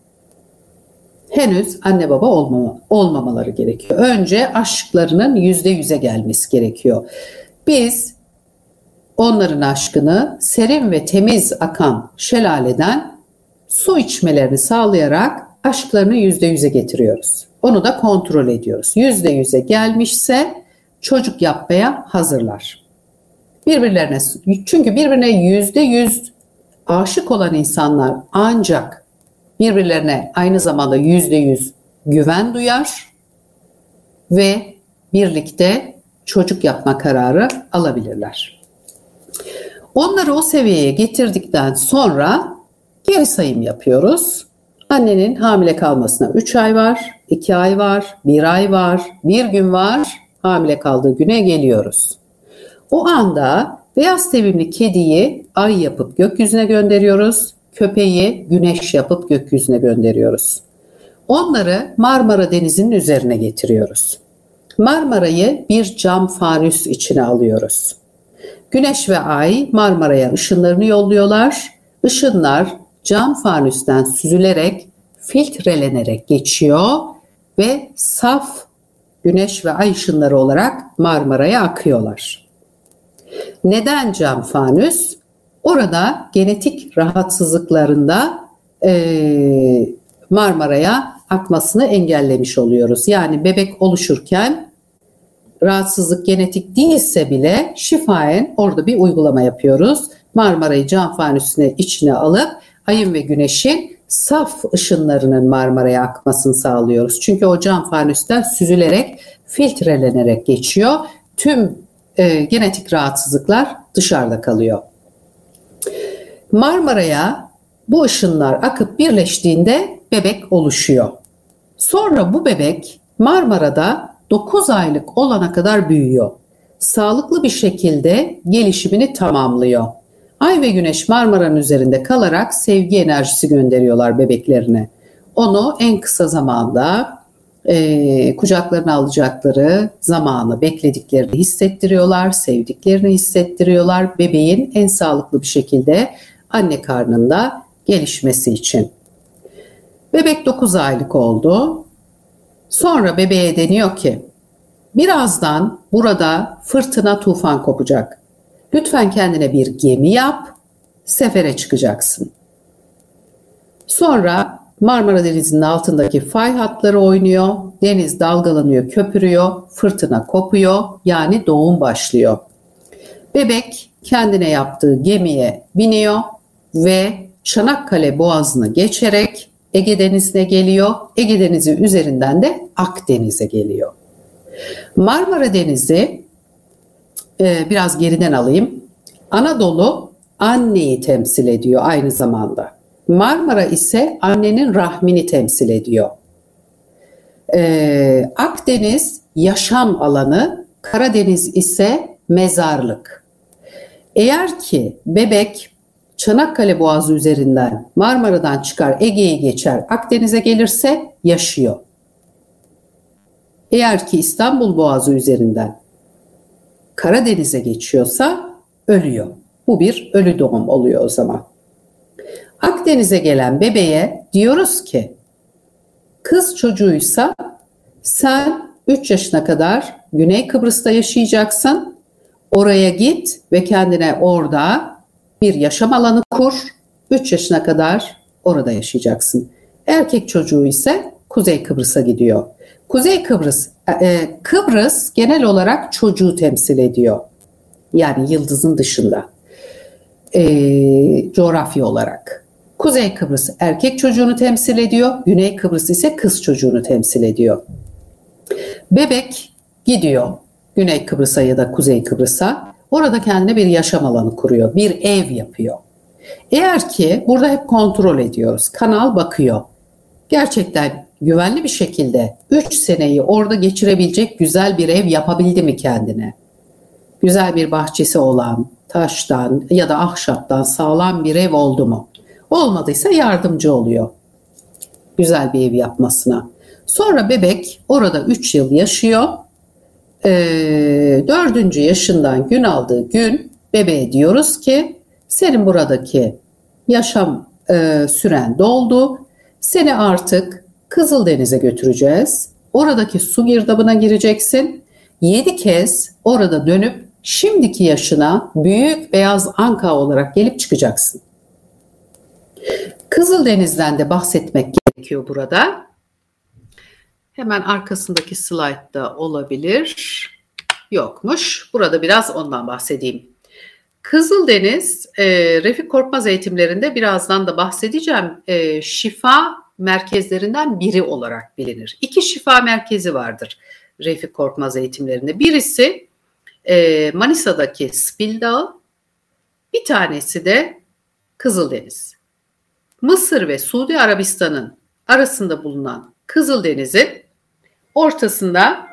henüz anne baba olmama, olmamaları gerekiyor. Önce aşklarının yüzde yüze gelmesi gerekiyor. Biz onların aşkını serin ve temiz akan şelaleden su içmelerini sağlayarak aşklarını yüzde yüze getiriyoruz. Onu da kontrol ediyoruz. Yüzde yüze gelmişse çocuk yapmaya hazırlar. Birbirlerine, çünkü birbirine yüzde yüz aşık olan insanlar ancak birbirlerine aynı zamanda yüzde yüz güven duyar ve birlikte çocuk yapma kararı alabilirler. Onları o seviyeye getirdikten sonra geri sayım yapıyoruz. Annenin hamile kalmasına üç ay var, iki ay var, bir ay var, bir gün var. Hamile kaldığı güne geliyoruz. O anda beyaz sevimli kediyi ay yapıp gökyüzüne gönderiyoruz. Köpeği güneş yapıp gökyüzüne gönderiyoruz. Onları Marmara Denizi'nin üzerine getiriyoruz. Marmara'yı bir cam fanüs içine alıyoruz. Güneş ve ay Marmara'ya ışınlarını yolluyorlar. Işınlar cam fanüsten süzülerek, filtrelenerek geçiyor ve saf güneş ve ay ışınları olarak Marmara'ya akıyorlar. Neden cam fanüs? Orada genetik rahatsızlıklarında e, Marmara'ya akmasını engellemiş oluyoruz. Yani bebek oluşurken rahatsızlık genetik değilse bile şifayen orada bir uygulama yapıyoruz. Marmara'yı cam fanüsüne içine alıp ayın ve güneşin saf ışınlarının Marmara'ya akmasını sağlıyoruz. Çünkü o cam fanüsten süzülerek, filtrelenerek geçiyor. Tüm e, genetik rahatsızlıklar dışarıda kalıyor. Marmara'ya bu ışınlar akıp birleştiğinde bebek oluşuyor. Sonra bu bebek Marmara'da dokuz aylık olana kadar büyüyor. Sağlıklı bir şekilde gelişimini tamamlıyor. Ay ve güneş Marmara'nın üzerinde kalarak sevgi enerjisi gönderiyorlar bebeklerine. Onu en kısa zamanda e, kucaklarına alacakları zamanı beklediklerini hissettiriyorlar, sevdiklerini hissettiriyorlar. Bebeğin en sağlıklı bir şekilde anne karnında gelişmesi için. Bebek dokuz aylık oldu. Sonra bebeğe deniyor ki birazdan burada fırtına tufan kopacak. Lütfen kendine bir gemi yap, sefere çıkacaksın. Sonra Marmara Denizi'nin altındaki fay hatları oynuyor, deniz dalgalanıyor, köpürüyor, fırtına kopuyor, yani doğum başlıyor. Bebek kendine yaptığı gemiye biniyor ve Çanakkale Boğazı'nı geçerek Ege Denizi'ne geliyor. Ege Denizi üzerinden de Akdeniz'e geliyor. Marmara Denizi, e, biraz geriden alayım. Anadolu anneyi temsil ediyor aynı zamanda. Marmara ise annenin rahmini temsil ediyor. E, Akdeniz yaşam alanı, Karadeniz ise mezarlık. Eğer ki bebek Çanakkale Boğazı üzerinden Marmara'dan çıkar, Ege'yi geçer, Akdeniz'e gelirse yaşıyor. Eğer ki İstanbul Boğazı üzerinden Karadeniz'e geçiyorsa ölüyor. Bu bir ölü doğum oluyor o zaman. Akdeniz'e gelen bebeğe diyoruz ki kız çocuğuysa sen üç yaşına kadar Güney Kıbrıs'ta yaşayacaksın. Oraya git ve kendine orada bir yaşam alanı kur. üç yaşına kadar orada yaşayacaksın. Erkek çocuğu ise Kuzey Kıbrıs'a gidiyor. Kuzey Kıbrıs, e, Kıbrıs genel olarak çocuğu temsil ediyor. Yani yıldızın dışında. E, coğrafya olarak. Kuzey Kıbrıs erkek çocuğunu temsil ediyor. Güney Kıbrıs ise kız çocuğunu temsil ediyor. Bebek gidiyor Güney Kıbrıs'a ya da Kuzey Kıbrıs'a. Orada kendine bir yaşam alanı kuruyor. Bir ev yapıyor. Eğer ki burada hep kontrol ediyoruz. Kanal bakıyor. Gerçekten güvenli bir şekilde üç seneyi orada geçirebilecek güzel bir ev yapabildi mi kendine? Güzel bir bahçesi olan, taştan ya da ahşaptan sağlam bir ev oldu mu? Olmadıysa yardımcı oluyor güzel bir ev yapmasına. Sonra bebek orada üç yıl yaşıyor. Ee, dördüncü yaşından gün aldığı gün bebeğe diyoruz ki senin buradaki yaşam e, süren doldu. Seni artık Kızıldeniz'e götüreceğiz. Oradaki su girdabına gireceksin. Yedi kez orada dönüp şimdiki yaşına büyük beyaz anka olarak gelip çıkacaksın. Kızıldeniz'den de bahsetmek gerekiyor burada. Hemen arkasındaki slaytta olabilir. Yokmuş. Burada biraz ondan bahsedeyim. Kızıldeniz, e, Refik Korkmaz eğitimlerinde birazdan da bahsedeceğim, e, şifa merkezlerinden biri olarak bilinir. İki şifa merkezi vardır Refik Korkmaz eğitimlerinde. Birisi e, Manisa'daki Spil Dağı, bir tanesi de Kızıldeniz. Mısır ve Suudi Arabistan'ın arasında bulunan Kızıldeniz'in ortasında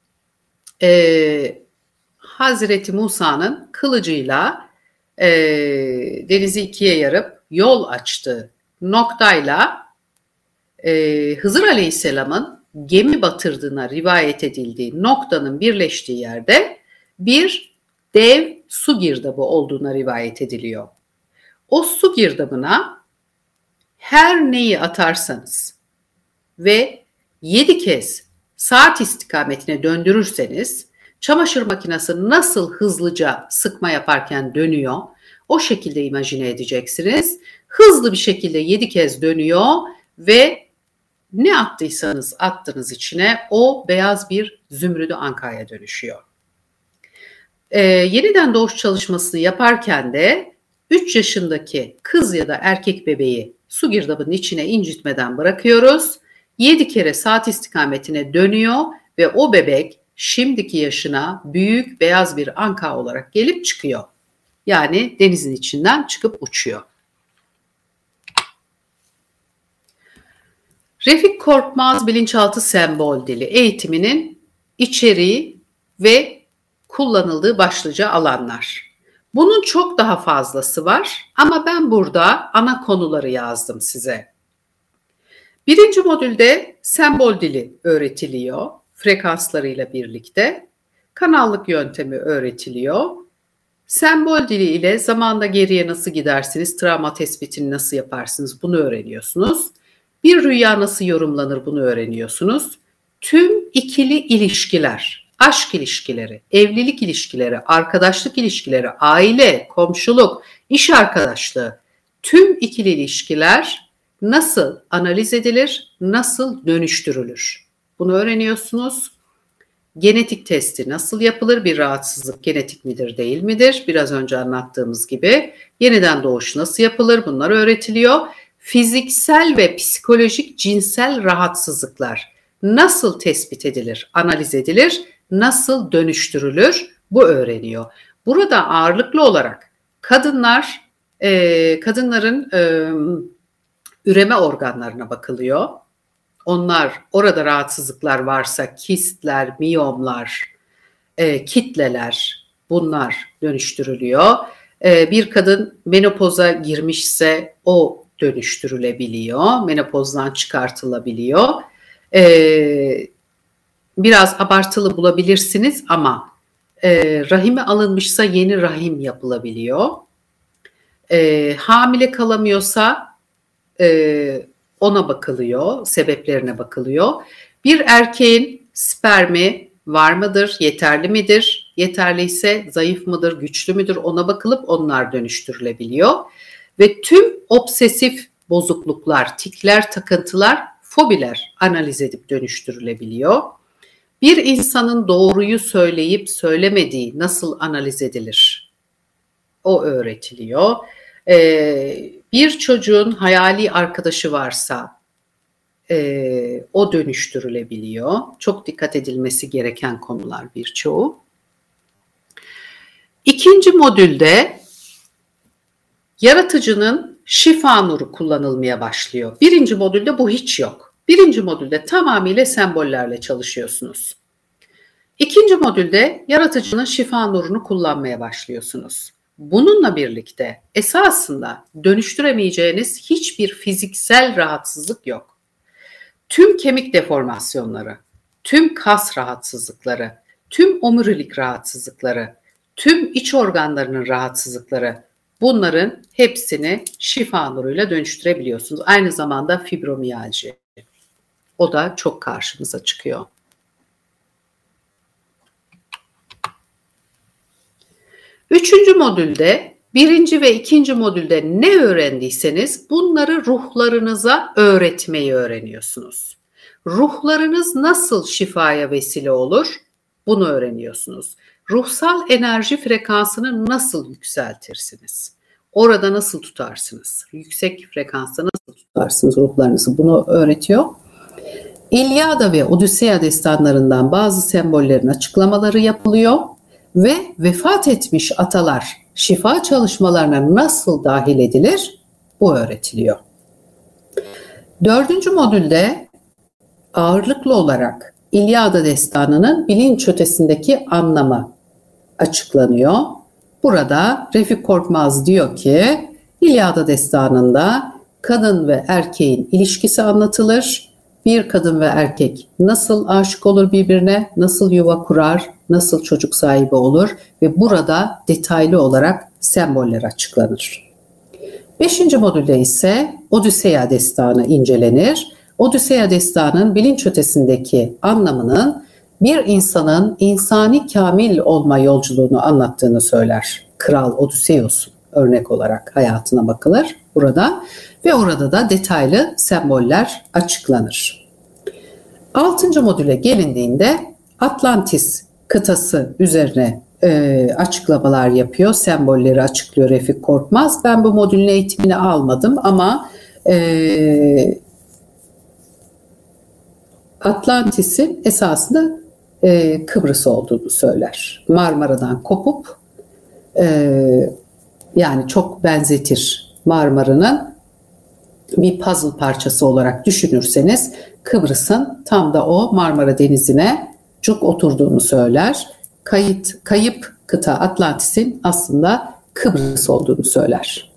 e, Hazreti Musa'nın kılıcıyla e, denizi ikiye yarıp yol açtığı noktayla e, Hızır Aleyhisselam'ın gemi batırdığına rivayet edildiği noktanın birleştiği yerde bir dev su girdabı olduğuna rivayet ediliyor. O su girdabına her neyi atarsanız ve yedi kez saat istikametine döndürürseniz çamaşır makinesi nasıl hızlıca sıkma yaparken dönüyor, o şekilde imajine edeceksiniz. Hızlı bir şekilde yedi kez dönüyor ve ne attıysanız attınız içine o beyaz bir zümrüdü ankaya dönüşüyor. Ee, yeniden doğuş çalışmasını yaparken de üç yaşındaki kız ya da erkek bebeği su girdabının içine incitmeden bırakıyoruz. yedi kere saat istikametine dönüyor ve o bebek şimdiki yaşına büyük beyaz bir anka olarak gelip çıkıyor. Yani denizin içinden çıkıp uçuyor. Refik Korkmaz bilinçaltı sembol dili eğitiminin içeriği ve kullanıldığı başlıca alanlar. Bunun çok daha fazlası var ama ben burada ana konuları yazdım size. Birinci modülde sembol dili öğretiliyor, frekanslarıyla birlikte. Kanallık yöntemi öğretiliyor. Sembol dili ile zamanda geriye nasıl gidersiniz, travma tespitini nasıl yaparsınız bunu öğreniyorsunuz. Bir rüya nasıl yorumlanır bunu öğreniyorsunuz. Tüm ikili ilişkiler, aşk ilişkileri, evlilik ilişkileri, arkadaşlık ilişkileri, aile, komşuluk, iş arkadaşlığı, tüm ikili ilişkiler nasıl analiz edilir, nasıl dönüştürülür? Bunu öğreniyorsunuz. Genetik testi nasıl yapılır? Bir rahatsızlık genetik midir, değil midir? Biraz önce anlattığımız gibi. Yeniden doğuş nasıl yapılır? Bunlar öğretiliyor. Fiziksel ve psikolojik cinsel rahatsızlıklar nasıl tespit edilir, analiz edilir, nasıl dönüştürülür? Bu öğreniyor. Burada ağırlıklı olarak kadınlar, e, kadınların e, üreme organlarına bakılıyor. Onlar orada rahatsızlıklar varsa kistler, miyomlar, e, kitleler bunlar dönüştürülüyor. E, bir kadın menopoza girmişse o dönüştürülebiliyor, menopozdan çıkartılabiliyor. E, biraz abartılı bulabilirsiniz ama e, rahime alınmışsa yeni rahim yapılabiliyor. E, hamile kalamıyorsa e, ona bakılıyor, sebeplerine bakılıyor. Bir erkeğin spermi var mıdır, yeterli midir? Yeterliyse zayıf mıdır, güçlü müdür? Ona bakılıp onlar dönüştürülebiliyor. Ve tüm obsesif bozukluklar, tikler, takıntılar, fobiler analiz edip dönüştürülebiliyor. Bir insanın doğruyu söyleyip söylemediği nasıl analiz edilir? O öğretiliyor. Ee, bir çocuğun hayali arkadaşı varsa e, o dönüştürülebiliyor. Çok dikkat edilmesi gereken konular birçoğu. İkinci modülde yaratıcının şifa nuru kullanılmaya başlıyor. Birinci modülde bu hiç yok. Birinci modülde tamamıyla sembollerle çalışıyorsunuz. İkinci modülde yaratıcının şifa nurunu kullanmaya başlıyorsunuz. Bununla birlikte esasında dönüştüremeyeceğiniz hiçbir fiziksel rahatsızlık yok. Tüm kemik deformasyonları, tüm kas rahatsızlıkları, tüm omurilik rahatsızlıkları, tüm iç organlarının rahatsızlıkları, bunların hepsini şifa nuruyla dönüştürebiliyorsunuz. Aynı zamanda fibromiyalji. O da çok karşımıza çıkıyor. Üçüncü modülde, birinci ve ikinci modülde ne öğrendiyseniz bunları ruhlarınıza öğretmeyi öğreniyorsunuz. Ruhlarınız nasıl şifaya vesile olur? Bunu öğreniyorsunuz. Ruhsal enerji frekansını nasıl yükseltirsiniz? Orada nasıl tutarsınız? Yüksek frekansta nasıl tutarsınız ruhlarınızı? Bunu öğretiyor. İlyada ve Odüseya destanlarından bazı sembollerin açıklamaları yapılıyor ve vefat etmiş atalar şifa çalışmalarına nasıl dahil edilir? Bu öğretiliyor. Dördüncü modülde ağırlıklı olarak İlyada destanının bilinç ötesindeki anlamı açıklanıyor. Burada Refik Korkmaz diyor ki, İlyada destanında kadın ve erkeğin ilişkisi anlatılır. Bir kadın ve erkek nasıl aşık olur birbirine, nasıl yuva kurar, nasıl çocuk sahibi olur ve burada detaylı olarak semboller açıklanır. Beşinci modülde ise Odüseya destanı incelenir. Odüseya destanının bilinç ötesindeki anlamının bir insanın insani kamil olma yolculuğunu anlattığını söyler. Kral Odysseus'un örnek olarak hayatına bakılır burada ve orada da detaylı semboller açıklanır. Altıncı modüle gelindiğinde Atlantis kıtası üzerine e, açıklamalar yapıyor, sembolleri açıklıyor Refik Korkmaz. Ben bu modülün eğitimini almadım ama e, Atlantis'in esasında e, Kıbrıs olduğunu söyler. Marmara'dan kopup e, yani çok benzetir Marmara'nın bir puzzle parçası olarak düşünürseniz Kıbrıs'ın tam da o Marmara Denizi'ne cuk oturduğunu söyler. Kayıt, kayıp kıta Atlantis'in aslında Kıbrıs olduğunu söyler.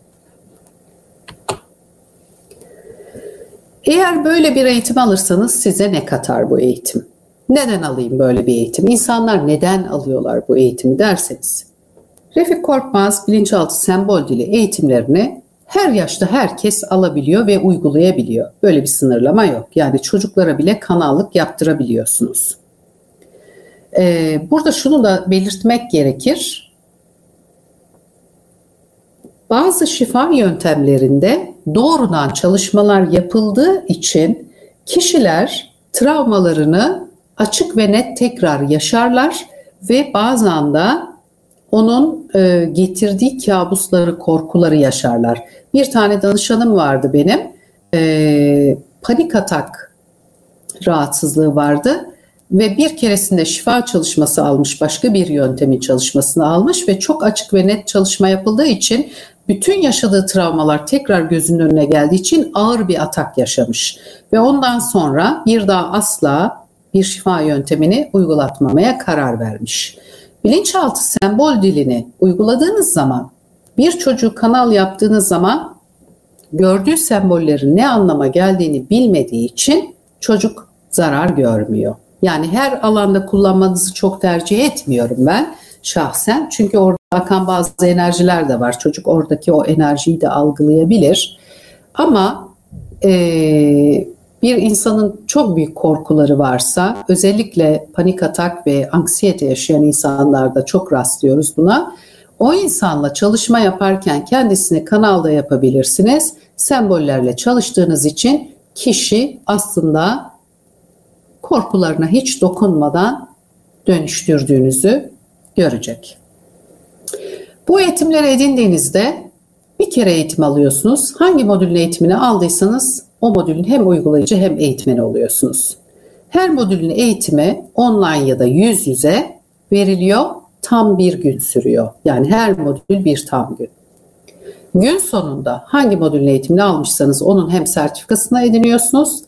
Eğer böyle bir eğitim alırsanız size ne katar bu eğitim? Neden alayım böyle bir eğitim? İnsanlar neden alıyorlar bu eğitimi derseniz. Refik Korkmaz bilinçaltı sembol dili eğitimlerini her yaşta herkes alabiliyor ve uygulayabiliyor. Böyle bir sınırlama yok. Yani çocuklara bile kanallık yaptırabiliyorsunuz. Ee, burada şunu da belirtmek gerekir. Bazı şifa yöntemlerinde doğrudan çalışmalar yapıldığı için kişiler travmalarını açık ve net tekrar yaşarlar ve bazen de onun e, getirdiği kabusları, korkuları yaşarlar. Bir tane danışanım vardı benim. E, panik atak rahatsızlığı vardı ve bir keresinde şifa çalışması almış, başka bir yöntemin çalışmasını almış ve çok açık ve net çalışma yapıldığı için bütün yaşadığı travmalar tekrar gözünün önüne geldiği için ağır bir atak yaşamış. Ve ondan sonra bir daha asla bir şifa yöntemini uygulatmamaya karar vermiş. Bilinçaltı sembol dilini uyguladığınız zaman, bir çocuğu kanal yaptığınız zaman gördüğü sembollerin ne anlama geldiğini bilmediği için çocuk zarar görmüyor. Yani her alanda kullanmanızı çok tercih etmiyorum ben şahsen. Çünkü orada akan bazı enerjiler de var. Çocuk oradaki o enerjiyi de algılayabilir. Ama ee, bir insanın çok büyük korkuları varsa, özellikle panik atak ve anksiyete yaşayan insanlarda çok rastlıyoruz buna. O insanla çalışma yaparken kendisini kanalda yapabilirsiniz. Sembollerle çalıştığınız için kişi aslında korkularına hiç dokunmadan dönüştürdüğünüzü görecek. Bu eğitimleri edindiğinizde bir kere eğitim alıyorsunuz. Hangi modülün eğitimini aldıysanız o modülün hem uygulayıcı hem eğitmeni oluyorsunuz. Her modülün eğitimi online ya da yüz yüze veriliyor. Tam bir gün sürüyor. Yani her modül bir tam gün. Gün sonunda hangi modülün eğitimini almışsanız onun hem sertifikasını ediniyorsunuz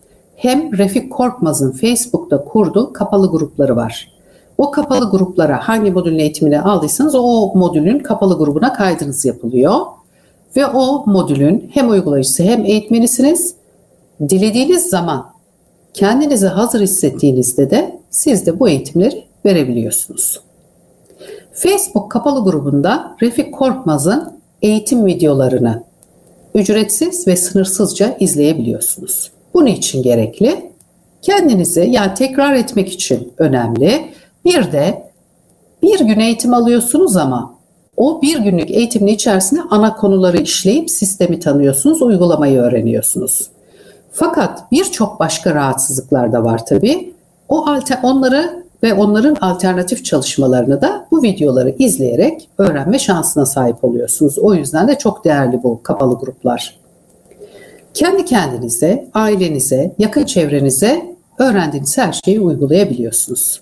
hem Refik Korkmaz'ın Facebook'ta kurduğu kapalı grupları var. O kapalı gruplara hangi modülün eğitimini aldıysanız o modülün kapalı grubuna kaydınız yapılıyor. Ve o modülün hem uygulayıcısı hem eğitmenisiniz. Dilediğiniz zaman kendinizi hazır hissettiğinizde de siz de bu eğitimleri verebiliyorsunuz. Facebook kapalı grubunda Refik Korkmaz'ın eğitim videolarını ücretsiz ve sınırsızca izleyebiliyorsunuz. Bunun için gerekli. Kendinizi yani tekrar etmek için önemli. Bir de bir gün eğitim alıyorsunuz ama o bir günlük eğitimin içerisinde ana konuları işleyip sistemi tanıyorsunuz, uygulamayı öğreniyorsunuz. Fakat birçok başka rahatsızlıklar da var tabii. O alter, onları ve onların alternatif çalışmalarını da bu videoları izleyerek öğrenme şansına sahip oluyorsunuz. O yüzden de çok değerli bu kapalı gruplar. Kendi kendinize, ailenize, yakın çevrenize öğrendiğiniz her şeyi uygulayabiliyorsunuz.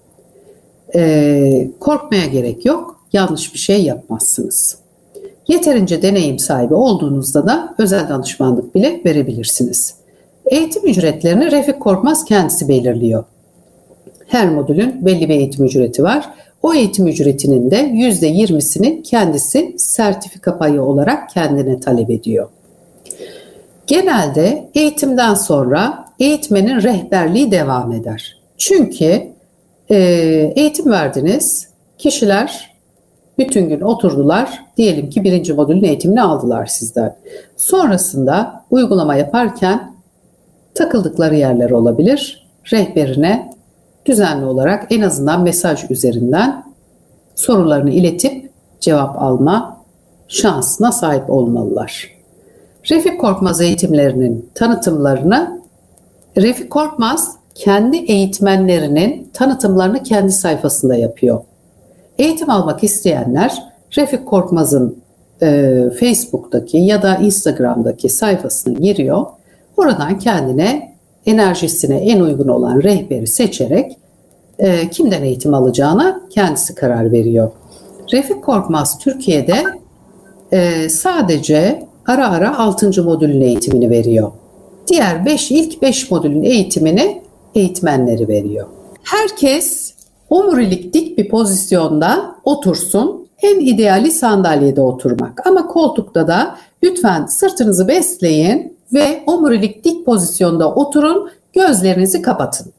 Ee, korkmaya gerek yok, yanlış bir şey yapmazsınız. Yeterince deneyim sahibi olduğunuzda da özel danışmanlık bile verebilirsiniz. Eğitim ücretlerini Refik Korkmaz kendisi belirliyor. Her modülün belli bir eğitim ücreti var. O eğitim ücretinin de yüzde yirmisini kendisi sertifika payı olarak kendine talep ediyor. Genelde eğitimden sonra eğitmenin rehberliği devam eder. Çünkü e, eğitim verdiniz, kişiler bütün gün oturdular, diyelim ki birinci modülün eğitimini aldılar sizden. Sonrasında uygulama yaparken takıldıkları yerler olabilir. Rehberine düzenli olarak en azından mesaj üzerinden sorularını iletip cevap alma şansına sahip olmalılar. Refik Korkmaz eğitimlerinin tanıtımlarını Refik Korkmaz kendi eğitmenlerinin tanıtımlarını kendi sayfasında yapıyor. Eğitim almak isteyenler Refik Korkmaz'ın e, Facebook'taki ya da Instagram'daki sayfasına giriyor. Oradan kendine enerjisine en uygun olan rehberi seçerek e, kimden eğitim alacağına kendisi karar veriyor. Refik Korkmaz Türkiye'de e, sadece ara ara altıncı modülün eğitimini veriyor. Diğer beş ilk beş modülün eğitimini eğitmenleri veriyor. Herkes omurilik dik bir pozisyonda otursun. En ideali sandalyede oturmak. Ama koltukta da lütfen sırtınızı besleyin ve omurilik dik pozisyonda oturun. Gözlerinizi kapatın.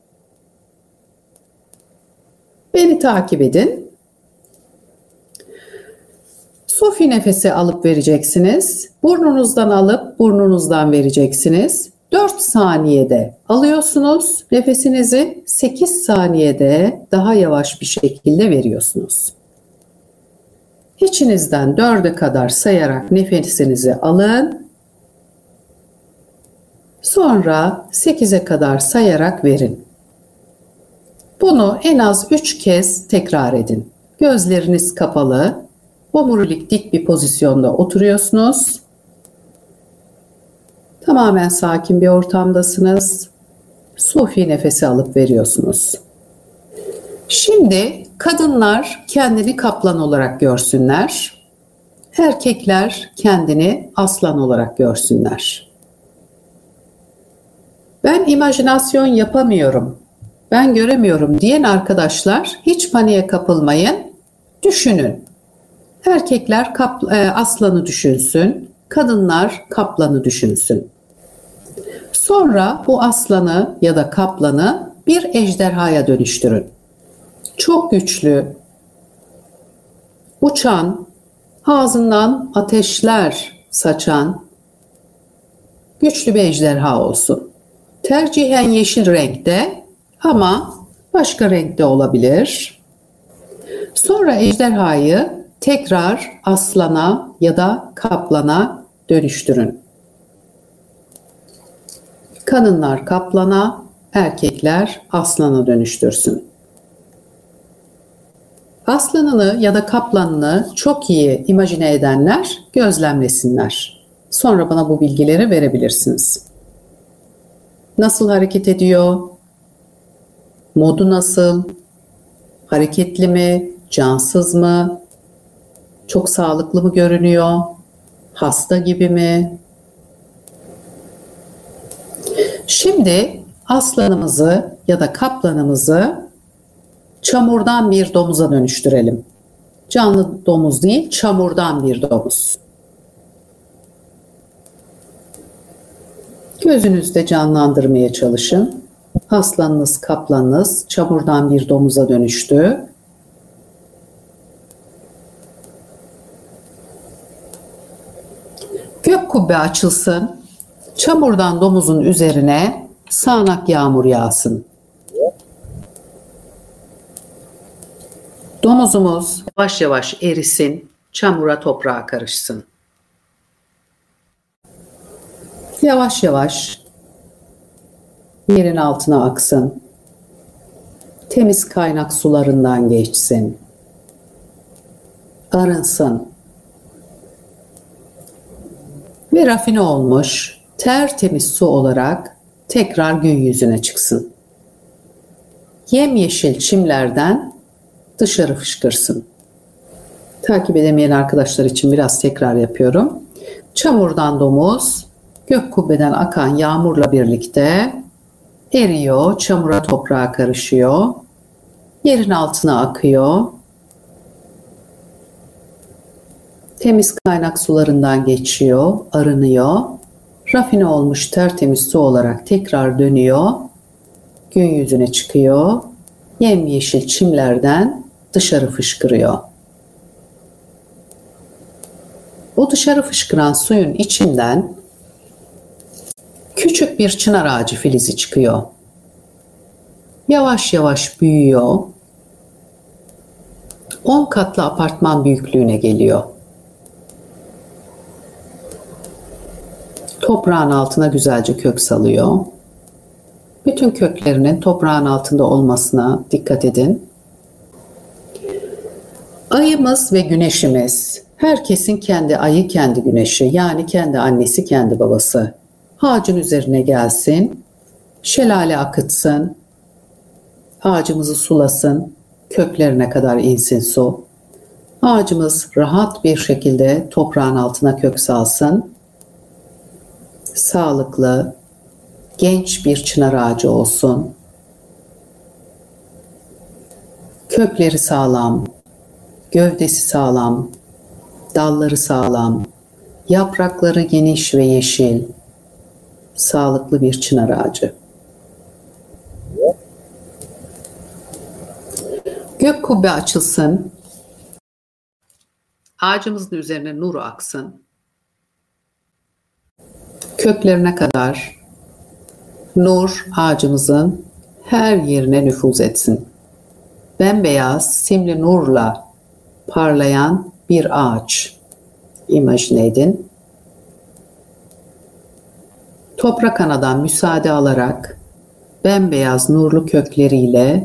Beni takip edin. Sofi nefesi alıp vereceksiniz. Burnunuzdan alıp burnunuzdan vereceksiniz. dört saniyede alıyorsunuz nefesinizi, sekiz saniyede daha yavaş bir şekilde veriyorsunuz. İçinizden dörde kadar sayarak nefesinizi alın. Sonra sekize kadar sayarak verin. Bunu en az üç kez tekrar edin. Gözleriniz kapalı, omurilik dik bir pozisyonda oturuyorsunuz. Tamamen sakin bir ortamdasınız. Sofi nefesi alıp veriyorsunuz. Şimdi kadınlar kendini kaplan olarak görsünler. Erkekler kendini aslan olarak görsünler. Ben imajinasyon yapamıyorum, ben göremiyorum diyen arkadaşlar hiç paniğe kapılmayın. Düşünün. Erkekler kap, e, aslanı düşünsün, kadınlar kaplanı düşünsün. Sonra bu aslanı ya da kaplanı bir ejderhaya dönüştürün. Çok güçlü, uçan, ağzından ateşler saçan güçlü bir ejderha olsun. Tercihen yeşil renkte ama başka renkte olabilir. Sonra ejderhayı tekrar aslana ya da kaplana dönüştürün. Kadınlar kaplana, erkekler aslana dönüştürsün. Aslanını ya da kaplanını çok iyi imajine edenler gözlemlesinler. Sonra bana bu bilgileri verebilirsiniz. Nasıl hareket ediyor? Modu nasıl? Hareketli mi? Cansız mı? Çok sağlıklı mı görünüyor? Hasta gibi mi? Şimdi aslanımızı ya da kaplanımızı çamurdan bir domuza dönüştürelim. Canlı domuz değil, çamurdan bir domuz. Gözünüzde canlandırmaya çalışın. Aslanınız, kaplanınız çamurdan bir domuza dönüştü. Gök kubbe açılsın. Çamurdan domuzun üzerine sağanak yağmur yağsın. Domuzumuz yavaş yavaş erisin, çamura toprağa karışsın. Yavaş yavaş yerin altına aksın. Temiz kaynak sularından geçsin. Arınsın. Ve rafine olmuş tertemiz su olarak tekrar gün yüzüne çıksın. Yemyeşil çimlerden dışarı fışkırsın. Takip edemeyen arkadaşlar için biraz tekrar yapıyorum. Çamurdan domuz, gök kubbeden akan yağmurla birlikte eriyor, çamura toprağa karışıyor, yerin altına akıyor, temiz kaynak sularından geçiyor, arınıyor, rafine olmuş tertemiz su olarak tekrar dönüyor, gün yüzüne çıkıyor, yemyeşil çimlerden dışarı fışkırıyor. O dışarı fışkıran suyun içinden küçük bir çınar ağacı filizi çıkıyor. Yavaş yavaş büyüyor. on katlı apartman büyüklüğüne geliyor. Toprağın altına güzelce kök salıyor. Bütün köklerinin toprağın altında olmasına dikkat edin. Ayımız ve güneşimiz, herkesin kendi ayı, kendi güneşi, yani kendi annesi, kendi babası. Ağacın üzerine gelsin, şelale akıtsın, ağacımızı sulasın, köklerine kadar insin su. Ağacımız rahat bir şekilde toprağın altına kök salsın. Sağlıklı, genç bir çınar ağacı olsun. Kökleri sağlam, gövdesi sağlam, dalları sağlam, yaprakları geniş ve yeşil, sağlıklı bir çınar ağacı. Gök kubbe açılsın, ağacımızın üzerine nur aksın, köklerine kadar nur ağacımızın her yerine nüfuz etsin. Bembeyaz, simli nurla parlayan bir ağaç imajine edin. Toprak anadan müsaade alarak bembeyaz nurlu kökleriyle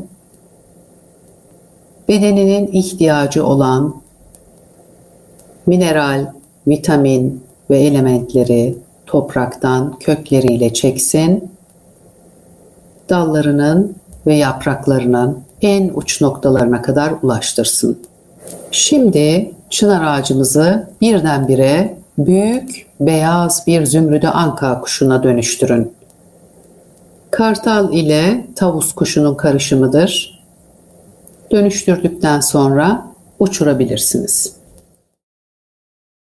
bedeninin ihtiyacı olan mineral, vitamin ve elementleri topraktan kökleriyle çeksin. Dallarının ve yapraklarının en uç noktalarına kadar ulaştırsın. Şimdi çınar ağacımızı birdenbire büyük beyaz bir zümrüdü anka kuşuna dönüştürün. Kartal ile tavus kuşunun karışımıdır. Dönüştürdükten sonra uçurabilirsiniz.